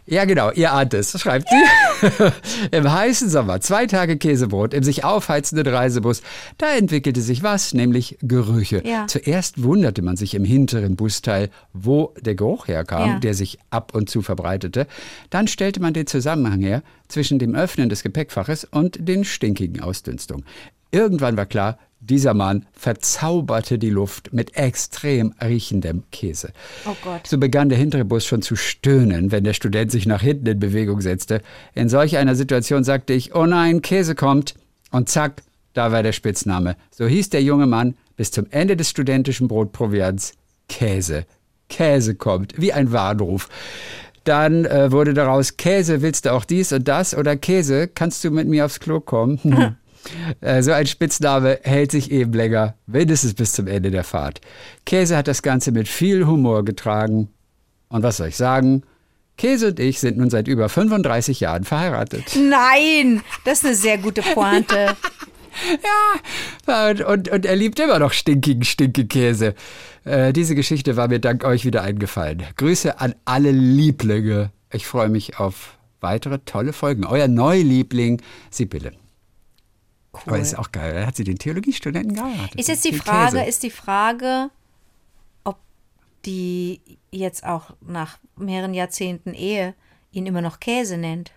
Ja, genau, ihr ahnt es, schreibt sie. Im heißen Sommer, zwei Tage Käsebrot im sich aufheizenden Reisebus. Da entwickelte sich was, nämlich Gerüche. Ja. Zuerst wunderte man sich im hinteren Busteil, wo der Geruch herkam, Ja. der sich ab und zu verbreitete. Dann stellte man den Zusammenhang her zwischen dem Öffnen des Gepäckfaches und den stinkigen Ausdünstungen. Irgendwann war klar, dieser Mann verzauberte die Luft mit extrem riechendem Käse. Oh Gott. So begann der hintere Bus schon zu stöhnen, wenn der Student sich nach hinten in Bewegung setzte. In solch einer Situation sagte ich, oh nein, Käse kommt. Und zack, da war der Spitzname. So hieß der junge Mann bis zum Ende des studentischen Brotproviants Käse. Käse kommt, wie ein Warnruf. Dann äh, wurde daraus Käse, willst du auch dies und das? Oder Käse, kannst du mit mir aufs Klo kommen? Hm. Äh, so ein Spitzname hält sich eben länger, mindestens bis zum Ende der Fahrt. Käse hat das Ganze mit viel Humor getragen. Und was soll ich sagen? Käse und ich sind nun seit über fünfunddreißig Jahren verheiratet. Nein, das ist eine sehr gute Pointe. Ja, und, und, und er liebt immer noch stinkigen Stinkekäse. Äh, diese Geschichte war mir dank euch wieder eingefallen. Grüße an alle Lieblinge. Ich freue mich auf weitere tolle Folgen. Euer Neuliebling, Sibylle. Cool. Aber ist auch geil. Da hat sie den Theologiestudenten geheiratet. Ist jetzt die Den Frage, Käse. ist die Frage, ob die jetzt auch nach mehreren Jahrzehnten Ehe ihn immer noch Käse nennt.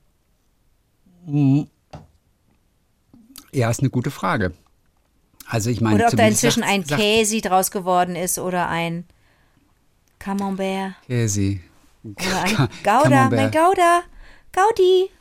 Ja, ist eine gute Frage. Also ich meine, Oder ob da zumindest inzwischen sagt- ein sagt Käsi draus geworden ist oder ein Camembert Käsi. oder ein Ka- Gouda, Camembert. mein Gouda, Gaudi.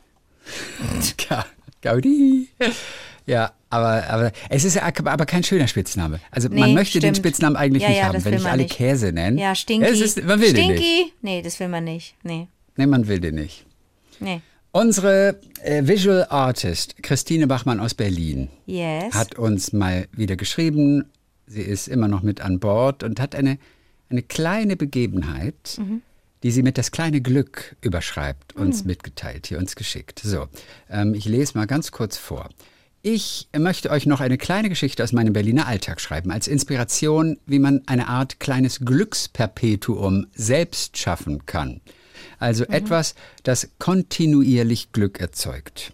Ga- Gaudi. Ja, aber, aber es ist ja aber kein schöner Spitzname. Also Nee, man möchte den stimmt. Spitznamen eigentlich Ja, nicht ja, haben, das wenn will ich man alle nicht. Käse nenne. Ja, Stinky. Es ist, man will den nicht. Stinky. Nee, das will man nicht. Nee, Nee, man will den nicht. nee. Unsere äh, Visual Artist Christine Bachmann aus Berlin Yes. hat uns mal wieder geschrieben. Sie ist immer noch mit an Bord und hat eine, eine kleine Begebenheit, Mhm. die sie mit das kleine Glück überschreibt, uns mitgeteilt, hier uns geschickt. So, ähm, ich lese mal ganz kurz vor. Ich möchte euch noch eine kleine Geschichte aus meinem Berliner Alltag schreiben, als Inspiration, wie man eine Art kleines Glücksperpetuum selbst schaffen kann. Also etwas, das kontinuierlich Glück erzeugt.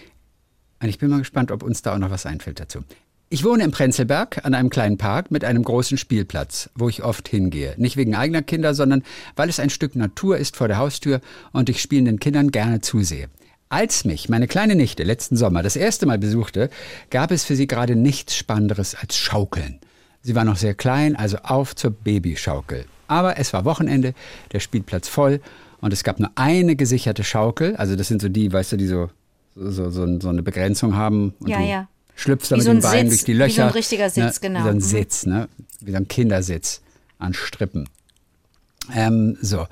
Und ich bin mal gespannt, ob uns da auch noch was einfällt dazu. Ich wohne im Prenzlberg an einem kleinen Park mit einem großen Spielplatz, wo ich oft hingehe. Nicht wegen eigener Kinder, sondern weil es ein Stück Natur ist vor der Haustür und ich spielenden Kindern gerne zusehe. Als mich meine kleine Nichte letzten Sommer das erste Mal besuchte, gab es für sie gerade nichts Spannenderes als Schaukeln. Sie war noch sehr klein, also auf zur Babyschaukel. Aber es war Wochenende, der Spielplatz voll und es gab nur eine gesicherte Schaukel. Also das sind so die, weißt du, die so, so, so, so eine Begrenzung haben. Und Ja, du ja. schlüpfst da Wie mit so den ein Beinen Sitz, durch die wie so Löcher. ein richtiger Sitz, ne, genau. Wie so ein Mhm. Sitz, ne? Wie so ein Kindersitz an Strippen. Ähm, so.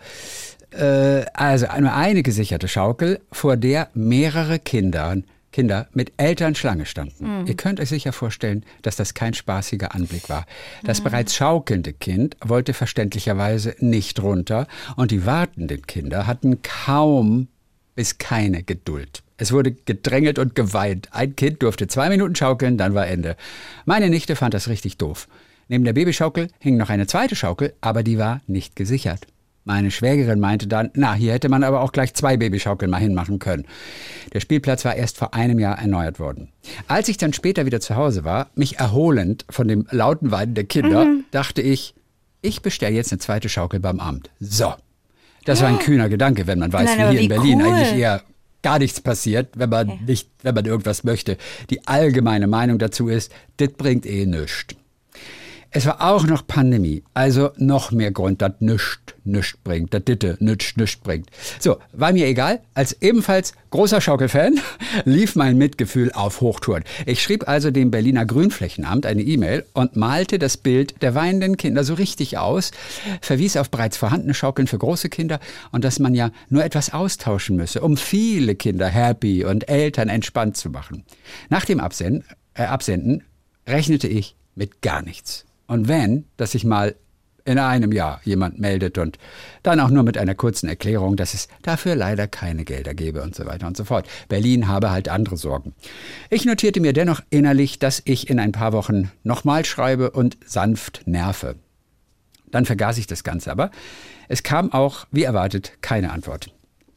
Äh, also nur eine gesicherte Schaukel, vor der mehrere Kinder, Kinder mit Eltern Schlange standen. Mhm. Ihr könnt euch sicher vorstellen, dass das kein spaßiger Anblick war. Das bereits schaukelnde Kind wollte verständlicherweise nicht runter und die wartenden Kinder hatten kaum bis keine Geduld. Es wurde gedrängelt und geweint. Ein Kind durfte zwei Minuten schaukeln, dann war Ende. Meine Nichte fand das richtig doof. Neben der Babyschaukel hing noch eine zweite Schaukel, aber die war nicht gesichert. Meine Schwägerin meinte dann, na, hier hätte man aber auch gleich zwei Babyschaukeln mal hinmachen können. Der Spielplatz war erst vor einem Jahr erneuert worden. Als ich dann später wieder zu Hause war, mich erholend von dem lauten Weinen der Kinder, mhm. dachte ich, ich bestelle jetzt eine zweite Schaukel beim Amt. So. Das war ein kühner Gedanke, wenn man weiß, Nein, wie aber hier in wie Berlin cool. eigentlich eher gar nichts passiert, wenn man Okay. nicht, wenn man irgendwas möchte. Die allgemeine Meinung dazu ist, das bringt eh nichts. Es war auch noch Pandemie, also noch mehr Grund, dass nichts nichts bringt, dass ditte nichts nichts bringt. So, war mir egal, als ebenfalls großer Schaukelfan lief mein Mitgefühl auf Hochtouren. Ich schrieb also dem Berliner Grünflächenamt eine E-Mail und malte das Bild der weinenden Kinder so richtig aus, verwies auf bereits vorhandene Schaukeln für große Kinder und dass man ja nur etwas austauschen müsse, um viele Kinder happy und Eltern entspannt zu machen. Nach dem Absenden, äh, Absenden rechnete ich mit gar nichts. Und wenn, dass sich mal in einem Jahr jemand meldet und dann auch nur mit einer kurzen Erklärung, dass es dafür leider keine Gelder gebe und so weiter und so fort. Berlin habe halt andere Sorgen. Ich notierte mir dennoch innerlich, dass ich in ein paar Wochen nochmal schreibe und sanft nerve. Dann vergaß ich das Ganze aber. Es kam auch, wie erwartet, keine Antwort.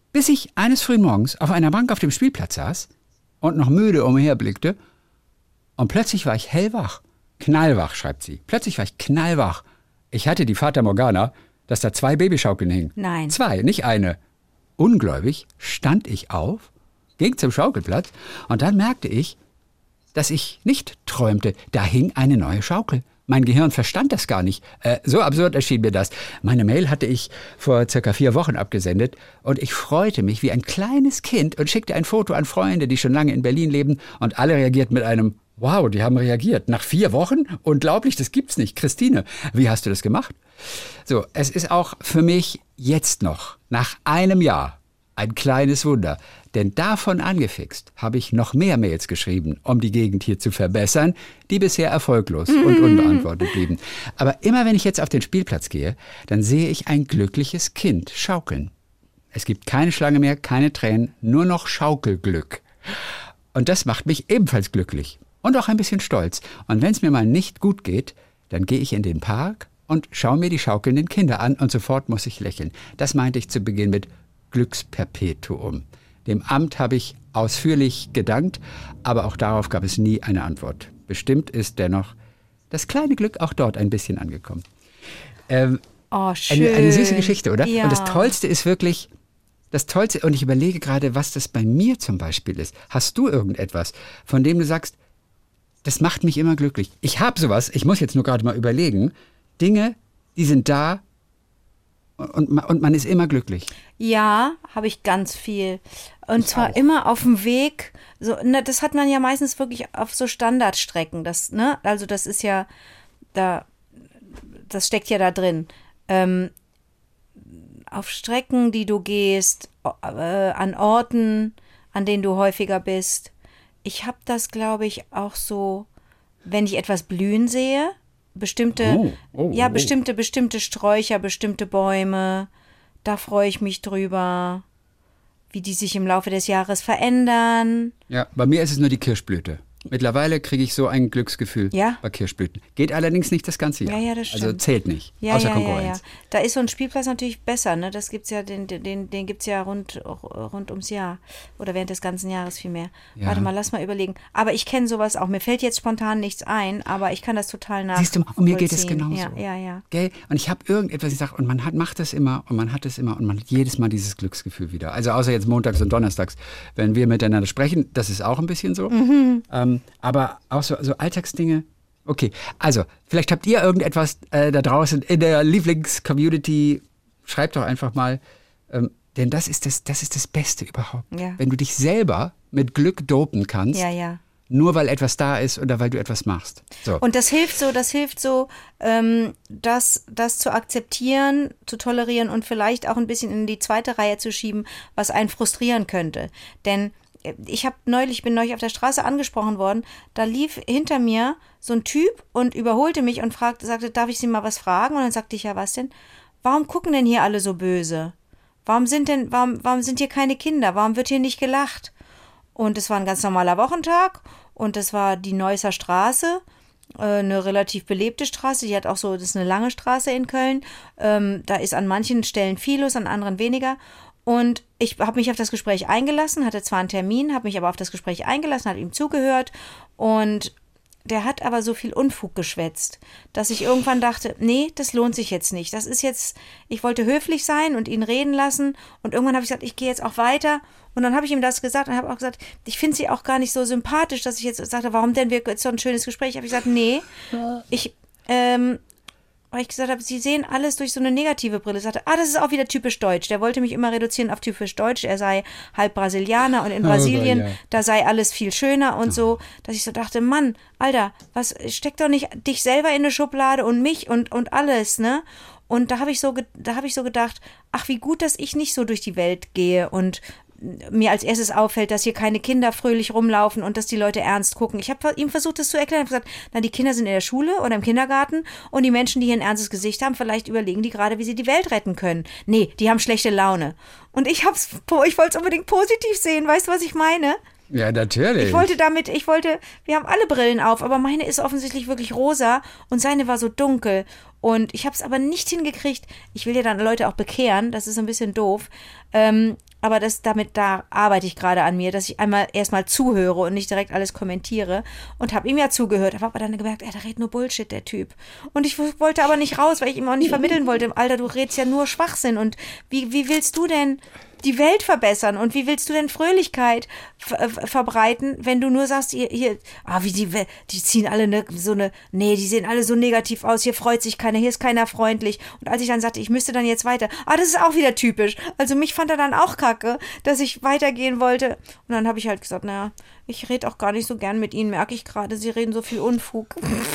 Bis ich eines frühen Morgens auf einer Bank auf dem Spielplatz saß und noch müde umherblickte und plötzlich war ich hellwach. Knallwach, schreibt sie. Plötzlich war ich knallwach. Ich hatte die Fata Morgana, dass da zwei Babyschaukeln hingen. Nein. Zwei, nicht eine. Ungläubig stand ich auf, ging zum Schaukelplatz und dann merkte ich, dass ich nicht träumte. Da hing eine neue Schaukel. Mein Gehirn verstand das gar nicht. Äh, so absurd erschien mir das. Meine Mail hatte ich vor circa vier Wochen abgesendet und ich freute mich wie ein kleines Kind und schickte ein Foto an Freunde, die schon lange in Berlin leben und alle reagierten mit einem Wow, die haben reagiert. Nach vier Wochen? Unglaublich, das gibt's nicht. Christine, wie hast du das gemacht? So, es ist auch für mich jetzt noch, nach einem Jahr, ein kleines Wunder. Denn davon angefixt habe ich noch mehr Mails geschrieben, um die Gegend hier zu verbessern, die bisher erfolglos und unbeantwortet blieben. Aber immer wenn ich jetzt auf den Spielplatz gehe, dann sehe ich ein glückliches Kind schaukeln. Es gibt keine Schlange mehr, keine Tränen, nur noch Schaukelglück. Und das macht mich ebenfalls glücklich. Und auch ein bisschen stolz. Und wenn es mir mal nicht gut geht, dann gehe ich in den Park und schaue mir die schaukelnden Kinder an und sofort muss ich lächeln. Das meinte ich zu Beginn mit Glücksperpetuum. Dem Amt habe ich ausführlich gedankt, aber auch darauf gab es nie eine Antwort. Bestimmt ist dennoch das kleine Glück auch dort ein bisschen angekommen. Ähm, oh, schön. Eine, eine süße Geschichte, oder? Ja. Und das Tollste ist wirklich, das Tollste, und ich überlege gerade, was das bei mir zum Beispiel ist. Hast du irgendetwas, von dem du sagst, das macht mich immer glücklich? Ich habe sowas, ich muss jetzt nur gerade mal überlegen, Dinge, die sind da und, und man ist immer glücklich. Ja, habe ich ganz viel. Und Ich zwar auch. immer auf dem Weg. So, ne, das hat man ja meistens wirklich auf so Standardstrecken. Das, ne, also das ist ja, da, das steckt ja da drin. Ähm, auf Strecken, die du gehst, äh, an Orten, an denen du häufiger bist. Ich habe das, glaube ich, auch so, wenn ich etwas blühen sehe, bestimmte, Oh, oh, ja, oh. bestimmte, bestimmte Sträucher, bestimmte Bäume, da freue ich mich drüber, wie die sich im Laufe des Jahres verändern. Ja, bei mir ist es nur die Kirschblüte. Mittlerweile kriege ich so ein Glücksgefühl Ja? bei Kirschblüten. Geht allerdings nicht das ganze Jahr. Ja, ja, das Also stimmt. zählt nicht, Ja, außer ja, ja, Konkurrenz. ja. Da ist so ein Spielplatz natürlich besser, ne? Das gibt's ja, den, den, den gibt's ja rund, rund ums Jahr. Oder während des ganzen Jahres vielmehr. Ja. Warte mal, lass mal überlegen. Aber ich kenne sowas auch. Mir fällt jetzt spontan nichts ein, aber ich kann das total nachvollziehen. Siehst du, und mir geht es genauso. Ja, ja, ja. Gell? Und ich habe irgendetwas, ich sage, und man hat, macht das immer und man hat es immer und man hat jedes Mal dieses Glücksgefühl wieder. Also außer jetzt montags und donnerstags, wenn wir miteinander sprechen, das ist auch ein bisschen so. Mhm. Ähm, aber auch so, so Alltagsdinge. Okay, also vielleicht habt ihr irgendetwas äh, da draußen in der Lieblings-Community, schreibt doch einfach mal, ähm, denn das ist das, das ist das Beste überhaupt. Ja. Wenn du dich selber mit Glück dopen kannst, Ja, ja. nur weil etwas da ist oder weil du etwas machst. So. Und das hilft so, das hilft so, ähm, das, das zu akzeptieren, zu tolerieren und vielleicht auch ein bisschen in die zweite Reihe zu schieben, was einen frustrieren könnte. Denn ich habe neulich, bin neulich auf der Straße angesprochen worden, da lief hinter mir so ein Typ und überholte mich und fragte, sagte, darf ich Sie mal was fragen? Und dann sagte ich, ja, was denn? Warum gucken denn hier alle so böse? Warum sind denn, warum, warum sind hier keine Kinder? Warum wird hier nicht gelacht? Und es war ein ganz normaler Wochentag und das war die Neusser Straße, äh, eine relativ belebte Straße, die hat auch so, das ist eine lange Straße in Köln, ähm, da ist an manchen Stellen viel los, an anderen weniger. Und ich habe mich auf das Gespräch eingelassen, hatte zwar einen Termin, habe mich aber auf das Gespräch eingelassen, habe ihm zugehört und der hat aber so viel Unfug geschwätzt, dass ich irgendwann dachte, nee, das lohnt sich jetzt nicht. Das ist jetzt, ich wollte höflich sein und ihn reden lassen und irgendwann habe ich gesagt, ich gehe jetzt auch weiter und dann habe ich ihm das gesagt und habe auch gesagt, ich finde sie auch gar nicht so sympathisch, dass ich jetzt sagte, warum denn, wir jetzt so ein schönes Gespräch. Habe ich gesagt, nee, ich, ähm, weil ich gesagt habe, sie sehen alles durch so eine negative Brille. Ich sagte, ah, das ist auch wieder typisch deutsch. Der wollte mich immer reduzieren auf typisch deutsch. Er sei halb Brasilianer und in Brasilien, Oh, ja. da sei alles viel schöner und so. Dass ich so dachte, Mann, Alter, was, steck doch nicht dich selber in eine Schublade und mich und, und alles, ne? Und da habe ich so, ge- da habe ich so gedacht, ach, wie gut, dass ich nicht so durch die Welt gehe und mir als erstes auffällt, dass hier keine Kinder fröhlich rumlaufen und dass die Leute ernst gucken. Ich habe ihm versucht, das zu erklären. Ich habe gesagt, na, die Kinder sind in der Schule oder im Kindergarten und die Menschen, die hier ein ernstes Gesicht haben, vielleicht überlegen die gerade, wie sie die Welt retten können. Nee, die haben schlechte Laune. Und ich hab's, ich wollte es unbedingt positiv sehen. Weißt du, was ich meine? Ja, natürlich. Ich wollte damit, ich wollte, wir haben alle Brillen auf, aber meine ist offensichtlich wirklich rosa und seine war so dunkel. Und ich habe es aber nicht hingekriegt, ich will ja dann Leute auch bekehren, das ist ein bisschen doof, ähm, Aber das, damit, da arbeite ich gerade an mir, dass ich einmal erstmal zuhöre und nicht direkt alles kommentiere und habe ihm ja zugehört. Habe aber dann gemerkt, ey, der redet nur Bullshit, der Typ. Und ich wollte aber nicht raus, weil ich ihm auch nicht vermitteln wollte, Alter, du redest ja nur Schwachsinn und wie, wie willst du denn die Welt verbessern und wie willst du denn Fröhlichkeit ver- verbreiten, wenn du nur sagst, hier, hier ah, wie die, die ziehen alle ne, so eine, nee, die sehen alle so negativ aus, hier freut sich keiner, hier ist keiner freundlich. Und als ich dann sagte, ich müsste dann jetzt weiter, ah, das ist auch wieder typisch. Also mich fand er dann auch kacke, dass ich weitergehen wollte. Und dann habe ich halt gesagt, naja, ich rede auch gar nicht so gern mit ihnen, merke ich gerade, sie reden so viel Unfug.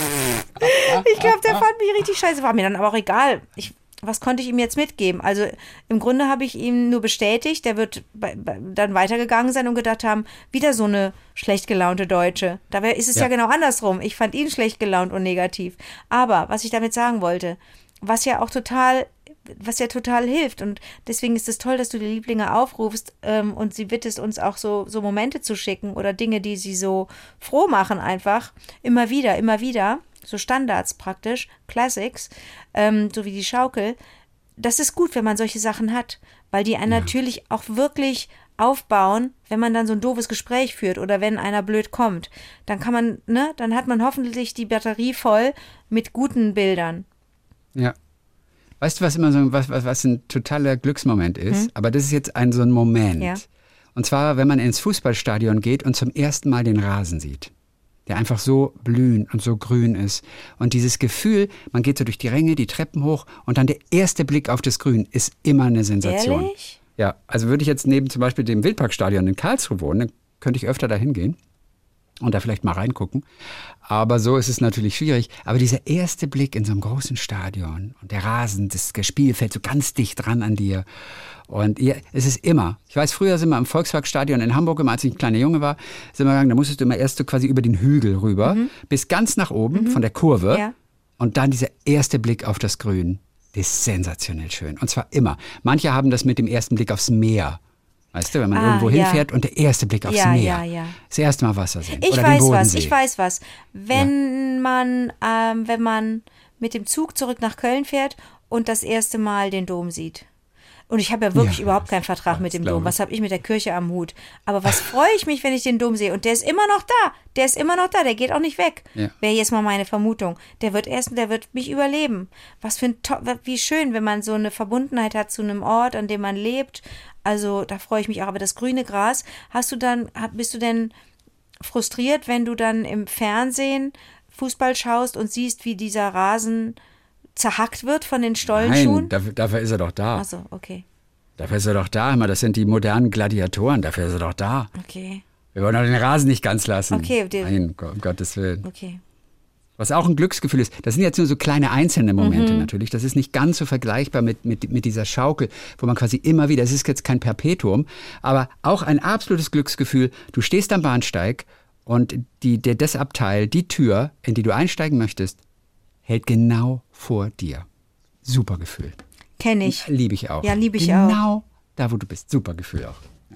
Ich glaube, der fand mich richtig scheiße, war mir dann aber auch egal. Ich Was konnte ich ihm jetzt mitgeben? Also im Grunde habe ich ihm nur bestätigt, der wird bei, bei, dann weitergegangen sein und gedacht haben, wieder so eine schlecht gelaunte Deutsche. Dabei ist es ja. ja genau andersrum. Ich fand ihn schlecht gelaunt und negativ. Aber was ich damit sagen wollte, was ja auch total, was ja total hilft und deswegen ist es toll, dass du die Lieblinge aufrufst ähm, und sie bittest, uns auch so, so Momente zu schicken oder Dinge, die sie so froh machen einfach. Immer wieder, immer wieder. So Standards praktisch, Classics, ähm, so wie die Schaukel. Das ist gut, wenn man solche Sachen hat, weil die einen ja. natürlich auch wirklich aufbauen, wenn man dann so ein doofes Gespräch führt oder wenn einer blöd kommt. Dann kann man, ne, dann hat man hoffentlich die Batterie voll mit guten Bildern. Ja. Weißt du, was immer so was, was, was ein totaler Glücksmoment ist? Hm? Aber das ist jetzt ein so ein Moment. Ja. Und zwar, wenn man ins Fußballstadion geht und zum ersten Mal den Rasen sieht, der einfach so blühend und so grün ist. Und dieses Gefühl, man geht so durch die Ränge, die Treppen hoch und dann der erste Blick auf das Grün ist immer eine Sensation. Ehrlich? Ja, also würde ich jetzt neben zum Beispiel dem Wildparkstadion in Karlsruhe wohnen, dann könnte ich öfter dahin gehen und da vielleicht mal reingucken. Aber so ist es natürlich schwierig. Aber dieser erste Blick in so einem großen Stadion und der Rasen, das Spielfeld so ganz dicht dran an dir. Und ja, es ist immer, ich weiß, früher sind wir im Volksparkstadion in Hamburg, immer als ich ein kleiner Junge war, sind wir gegangen, da musstest du immer erst so quasi über den Hügel rüber, mhm. bis ganz nach oben mhm. von der Kurve ja. und dann dieser erste Blick auf das Grün. Das ist sensationell schön. Und zwar immer. Manche haben das mit dem ersten Blick aufs Meer. Weißt du, wenn man ah, irgendwo ja. hinfährt und der erste Blick aufs ja, Meer. Ja, ja. Das erste Mal Wasser sehen. Ich oder weiß den was, Bodensee. ich weiß was. Wenn ja. man, ähm, wenn man mit dem Zug zurück nach Köln fährt und das erste Mal den Dom sieht. Und ich habe ja wirklich ja, überhaupt keinen Vertrag mit dem Dom. Was habe ich mit der Kirche am Hut? Aber was freue ich mich, wenn ich den Dom sehe? Und der ist immer noch da. Der ist immer noch da. Der geht auch nicht weg. Ja. Wäre jetzt mal meine Vermutung. Der wird erst, der wird mich überleben. Was für ein to- wie schön, wenn man so eine Verbundenheit hat zu einem Ort, an dem man lebt. Also da freue ich mich auch. Aber das grüne Gras, hast du dann, bist du denn frustriert, wenn du dann im Fernsehen Fußball schaust und siehst, wie dieser Rasen zerhackt wird von den Stollenschuhen? Nein, dafür, dafür ist er doch da. Ach so, okay. Dafür ist er doch da. Das sind die modernen Gladiatoren. Dafür ist er doch da. Okay. Wir wollen doch den Rasen nicht ganz lassen. Okay. Die, Nein, um Gottes Willen. Okay. Was auch ein Glücksgefühl ist. Das sind jetzt nur so kleine einzelne Momente mhm. natürlich. Das ist nicht ganz so vergleichbar mit, mit, mit dieser Schaukel, wo man quasi immer wieder, es ist jetzt kein Perpetuum, aber auch ein absolutes Glücksgefühl. Du stehst am Bahnsteig und die, der, das Abteil, die Tür, in die du einsteigen möchtest, hält genau vor dir. Super Gefühl. Kenne ich. Liebe ich auch. Ja, liebe ich genau auch. Genau da, wo du bist. Super Gefühl auch. Ja.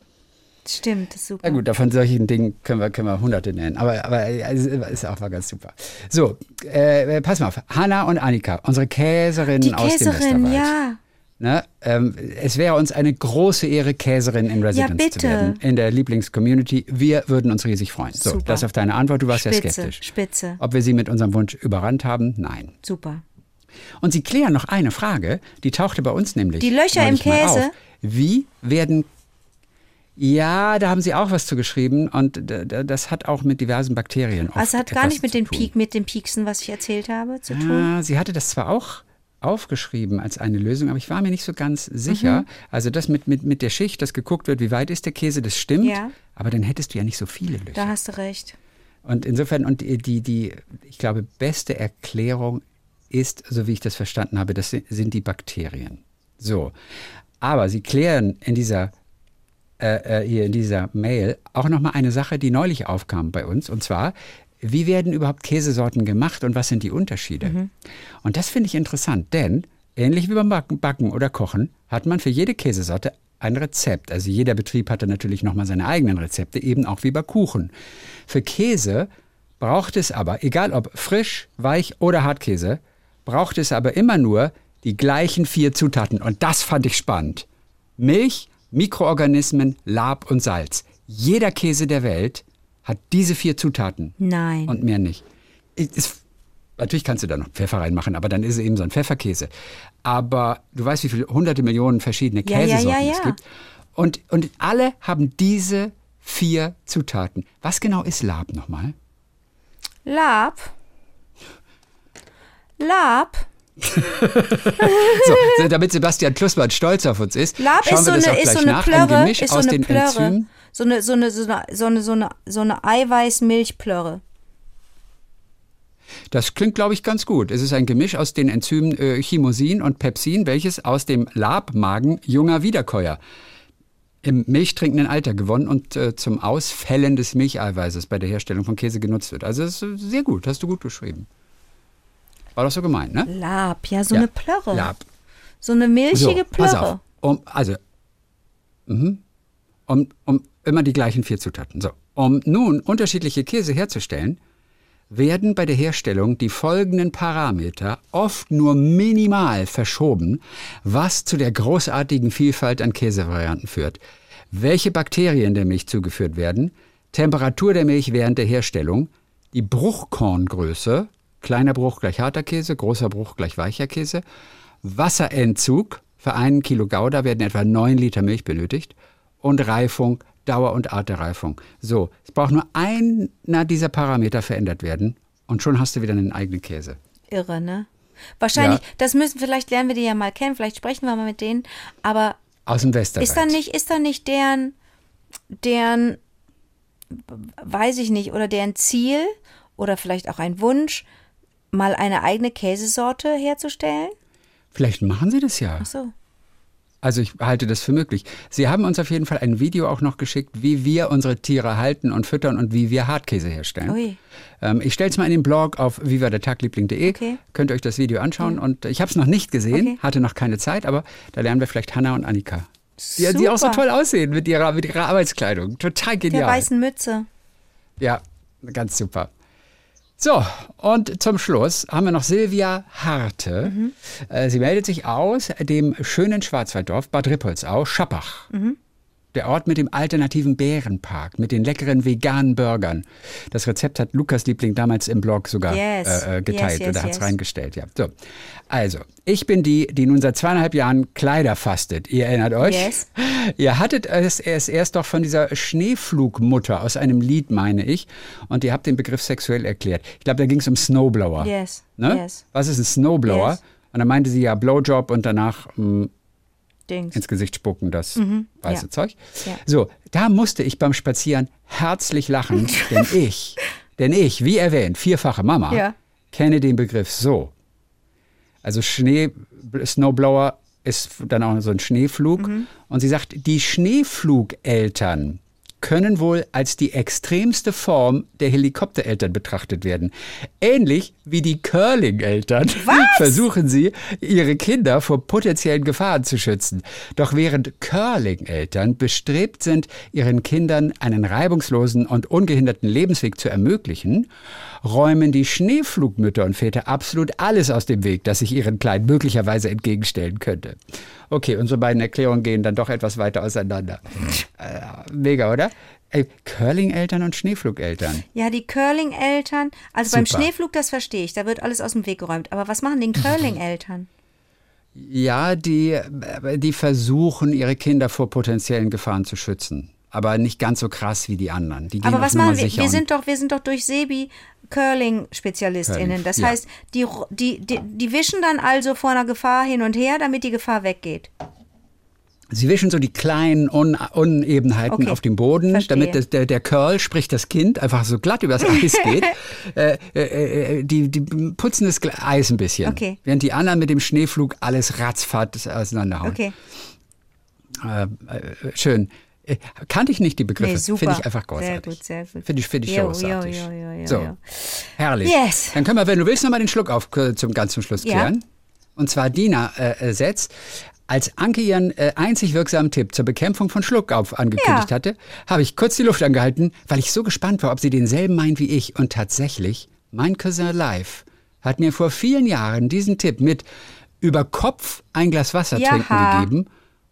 Stimmt, das ist super. Na gut, davon solchen Dingen können wir, können wir hunderte nennen. Aber, aber es ist auch mal ganz super. So, äh, pass mal auf. Hanna und Annika, unsere Käserinnen Die aus dem Käserin, Westerwald. ja. Ne, ähm, es wäre uns eine große Ehre, Käserin in Residence Ja, zu werden. In der Lieblingscommunity. Wir würden uns riesig freuen. So, Super. das auf deine Antwort. Du warst Spitze, ja skeptisch. Spitze. Ob wir sie mit unserem Wunsch überrannt haben? Nein. Super. Und sie klären noch eine Frage, die tauchte bei uns nämlich. Die Löcher im neulich mal Käse? auf. Wie werden... Ja, da haben sie auch was zu geschrieben und das hat auch mit diversen Bakterien oft Also hat gar nicht mit zu den, tun. Peak, mit den Pieksen, was ich erzählt habe, zu tun? Ja, sie hatte das zwar auch aufgeschrieben als eine Lösung, aber ich war mir nicht so ganz sicher. Mhm. Also das mit, mit, mit der Schicht, dass geguckt wird, wie weit ist der Käse, das stimmt, ja. aber dann hättest du ja nicht so viele Löcher. Da hast du recht. Und insofern, und die, die, die, ich glaube, beste Erklärung ist, so wie ich das verstanden habe, das sind die Bakterien. So, aber sie klären in dieser äh, hier in dieser Mail auch nochmal eine Sache, die neulich aufkam bei uns, und zwar, wie werden überhaupt Käsesorten gemacht und was sind die Unterschiede? Mhm. Und das finde ich interessant, denn ähnlich wie beim Backen oder Kochen hat man für jede Käsesorte ein Rezept. Also jeder Betrieb hatte natürlich nochmal seine eigenen Rezepte, eben auch wie bei Kuchen. Für Käse braucht es aber, egal ob frisch, weich oder Hartkäse, braucht es aber immer nur die gleichen vier Zutaten. Und das fand ich spannend. Milch, Mikroorganismen, Lab und Salz. Jeder Käse der Welt hat diese vier Zutaten. Nein. Und mehr nicht. Ist, natürlich kannst du da noch Pfeffer reinmachen, aber dann ist es eben so ein Pfefferkäse. Aber du weißt, wie viele hunderte Millionen verschiedene Ja, ja, Käsesorten ja, ja. es gibt. Und, und alle haben diese vier Zutaten. Was genau ist Lab nochmal? Lab. Lab. So, damit Sebastian Klussmann stolz auf uns ist, Lab schauen ist wir so das eine, auch ist gleich so eine nach. Plörre, Ein Gemisch ist so aus eine den Plörre. Enzymen. So eine, so eine, so eine, so eine, so eine, so eine Eiweiß-Milchplörre. Das klingt, glaube ich, ganz gut. Es ist ein Gemisch aus den Enzymen äh, Chymosin und Pepsin, welches aus dem Labmagen junger Wiederkäuer im milchtrinkenden Alter gewonnen und äh, zum Ausfällen des Milcheiweißes bei der Herstellung von Käse genutzt wird. Also das ist sehr gut, hast du gut beschrieben. War doch so gemeint, ne? Lab, ja, so Ja, eine Plörre. Lab. So eine milchige So, pass Plörre. auf. Um, also, mhm. um, um immer die gleichen vier Zutaten. So, um nun unterschiedliche Käse herzustellen, werden bei der Herstellung die folgenden Parameter oft nur minimal verschoben, was zu der großartigen Vielfalt an Käsevarianten führt. Welche Bakterien der Milch zugeführt werden, Temperatur der Milch während der Herstellung, die Bruchkorngröße, kleiner Bruch gleich harter Käse, großer Bruch gleich weicher Käse, Wasserentzug, für einen Kilo Gouda werden etwa neun Liter Milch benötigt und Reifung, Dauer und Art der Reifung. So, es braucht nur einer dieser Parameter verändert werden und schon hast du wieder einen eigenen Käse. Irre, ne? Wahrscheinlich, Ja. das müssen, vielleicht lernen wir die ja mal kennen, vielleicht sprechen wir mal mit denen, aber Aus dem Westerwald. ist da nicht, ist da nicht deren, deren, weiß ich nicht, oder deren Ziel oder vielleicht auch ein Wunsch, mal eine eigene Käsesorte herzustellen? Vielleicht machen sie das ja. Ach so. Also ich halte das für möglich. Sie haben uns auf jeden Fall ein Video auch noch geschickt, wie wir unsere Tiere halten und füttern und wie wir Hartkäse herstellen. Ui. Ähm, ich stelle es mal in den Blog auf viva der tagliebling punkt de. Okay. Könnt ihr euch das Video anschauen. Und ich habe es noch nicht gesehen, Okay. hatte noch keine Zeit, aber da lernen wir vielleicht Hanna und Annika. Die, die Super. auch so toll aussehen mit ihrer, mit ihrer Arbeitskleidung. Total Der genial. weißen Mütze. Ja, ganz super. So, und zum Schluss haben wir noch Silvia Harte. Mhm. Äh, sie meldet sich aus dem schönen Schwarzwalddorf Bad Rippoldsau, Schappach. Mhm. Der Ort mit dem alternativen Bärenpark, mit den leckeren veganen Burgern. Das Rezept hat Lukas Liebling damals im Blog sogar Yes. äh, geteilt Yes, yes, oder hat es yes. reingestellt. Ja. So. Also, ich bin die, die nun seit zweieinhalb Jahren Kleider fastet. Ihr erinnert euch? Yes. Ihr hattet es erst, erst doch von dieser Schneeflugmutter aus einem Lied, meine ich. Und ihr habt den Begriff sexuell erklärt. Ich glaube, da ging es um Snowblower. Yes. Ne? Yes. Was ist ein Snowblower? Yes. Und dann meinte sie ja Blowjob und danach mh, Dings. ins Gesicht spucken, das weiße ja. Zeug. Ja. So, da musste ich beim Spazieren herzlich lachen, denn ich, denn ich, wie erwähnt, vierfache Mama, Ja. kenne den Begriff so. Also Schnee, Snowblower ist dann auch so ein Schneeflug. Und sie sagt, die Schneeflugeltern können wohl als die extremste Form der Helikoptereltern betrachtet werden. Ähnlich wie die Curling-Eltern versuchen sie, ihre Kinder vor potenziellen Gefahren zu schützen. Doch während Curling-Eltern bestrebt sind, ihren Kindern einen reibungslosen und ungehinderten Lebensweg zu ermöglichen, räumen die Schneeflugmütter und Väter absolut alles aus dem Weg, das sich ihren Kleinen möglicherweise entgegenstellen könnte. Okay, unsere beiden Erklärungen gehen dann doch etwas weiter auseinander. Äh, mega, oder? Ey, Curling-Eltern und Schneeflugeltern. Ja, die Curling-Eltern, also beim Super. Schneeflug, das verstehe ich, da wird alles aus dem Weg geräumt. Aber was machen die Curling-Eltern? Ja, die, die versuchen, ihre Kinder vor potenziellen Gefahren zu schützen. Aber nicht ganz so krass wie die anderen. Die gehen Aber auf was Nummer machen wir? sicher Wir und- sind doch, wir sind doch durch Sebi Curling-SpezialistInnen. Curling, Das ja. heißt, die, die, die, die wischen dann also vor einer Gefahr hin und her, damit die Gefahr weggeht. Sie wischen so die kleinen Un Unebenheiten Okay, auf dem Boden, verstehe. damit das, der, der Curl, sprich das Kind, einfach so glatt übers Eis geht. äh, äh, äh, die, die putzen das Gla- Eis ein bisschen. Okay. Während die anderen mit dem Schneeflug alles ratzfatz auseinanderhauen. Okay. Äh, äh, schön. Äh, kannte ich nicht die Begriffe. Nee, super. Finde ich einfach Sehr großartig. gut, sehr gut. Finde ich, finde ich Jo, großartig. jo, jo, jo, jo, so, jo. herrlich. Yes. Dann können wir, wenn du willst, nochmal den Schluck auf äh, zum ganz zum Schluss Ja. klären. Und zwar Dina äh, setzt. Als Anke ihren äh, einzig wirksamen Tipp zur Bekämpfung von Schluckauf angekündigt Ja. hatte, habe ich kurz die Luft angehalten, weil ich so gespannt war, ob sie denselben meint wie ich. Und tatsächlich, mein Cousin Live hat mir vor vielen Jahren diesen Tipp mit über Kopf ein Glas Wasser Jaha. trinken gegeben.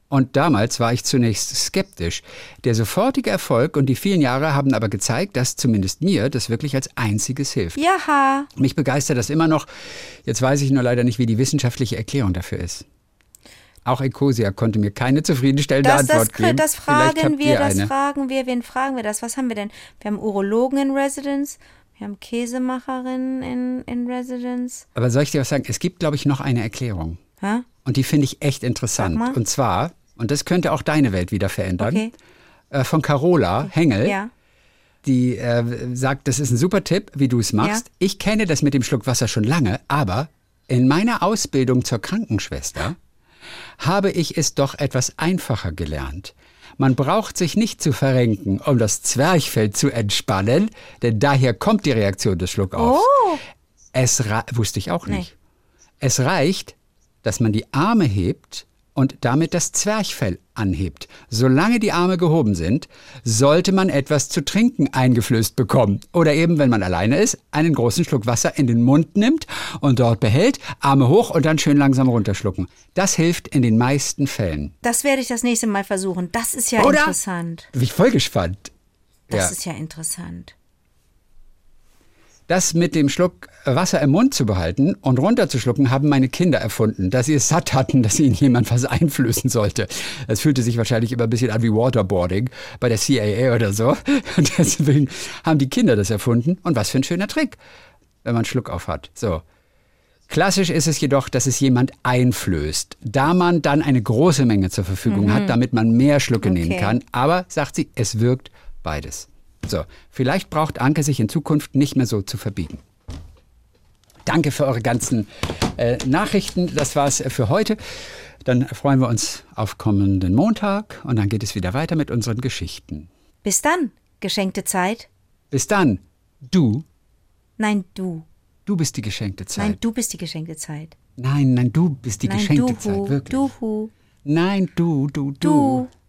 Und damals war ich zunächst skeptisch. Der sofortige Erfolg und die vielen Jahre haben aber gezeigt, dass zumindest mir das wirklich als einziges hilft. Jaha. Mich begeistert das immer noch. Jetzt weiß ich nur leider nicht, wie die wissenschaftliche Erklärung dafür ist. Auch Ecosia konnte mir keine zufriedenstellende das, Antwort das, geben. Das Vielleicht fragen habt wir, ihr das eine. fragen wir. Wen fragen wir das? Was haben wir denn? Wir haben Urologen in Residence, wir haben Käsemacherinnen in, in Residence. Aber soll ich dir was sagen? Es gibt, glaube ich, noch eine Erklärung. Hä? Und die finde ich echt interessant. Sag mal. Und zwar, und das könnte auch deine Welt wieder verändern, Okay. äh, von Carola Hengel. Ja. Die äh, sagt, das ist ein super Tipp, wie du es machst. Ja. Ich kenne das mit dem Schluck Wasser schon lange, aber in meiner Ausbildung zur Krankenschwester habe ich es doch etwas einfacher gelernt. Man braucht sich nicht zu verrenken, um das Zwerchfell zu entspannen, denn daher kommt die Reaktion des Schluckaufs. Oh. Es ra- wusste ich auch Nee. nicht. Es reicht, dass man die Arme hebt und damit das Zwerchfell anhebt. Solange die Arme gehoben sind, sollte man etwas zu trinken eingeflößt bekommen. Oder eben, wenn man alleine ist, einen großen Schluck Wasser in den Mund nimmt und dort behält, Arme hoch und dann schön langsam runterschlucken. Das hilft in den meisten Fällen. Das werde ich das nächste Mal versuchen. Das ist ja Oder? interessant. Bin ich voll gespannt. Das Ja. ist ja interessant. Das mit dem Schluck Wasser im Mund zu behalten und runterzuschlucken, haben meine Kinder erfunden, dass sie es satt hatten, dass ihnen jemand was einflößen sollte. Das fühlte sich wahrscheinlich immer ein bisschen an wie Waterboarding bei der C I A oder so. Und deswegen haben die Kinder das erfunden. Und was für ein schöner Trick, wenn man einen Schluck auf hat. So. Klassisch ist es jedoch, dass es jemand einflößt, da man dann eine große Menge zur Verfügung Mhm. hat, damit man mehr Schlucke Okay. nehmen kann. Aber, sagt sie, es wirkt beides. So, vielleicht braucht Anke sich in Zukunft nicht mehr so zu verbiegen. Danke für eure ganzen äh, Nachrichten. Das war's für heute. Dann freuen wir uns auf kommenden Montag und dann geht es wieder weiter mit unseren Geschichten. Bis dann, geschenkte Zeit. Bis dann. Du, Nein, du. du bist die geschenkte Zeit. Nein, du bist die geschenkte Zeit. Nein, nein, du bist die Nein, geschenkte du, Zeit, hu, wirklich. du, hu. Nein, du, du, du. Du.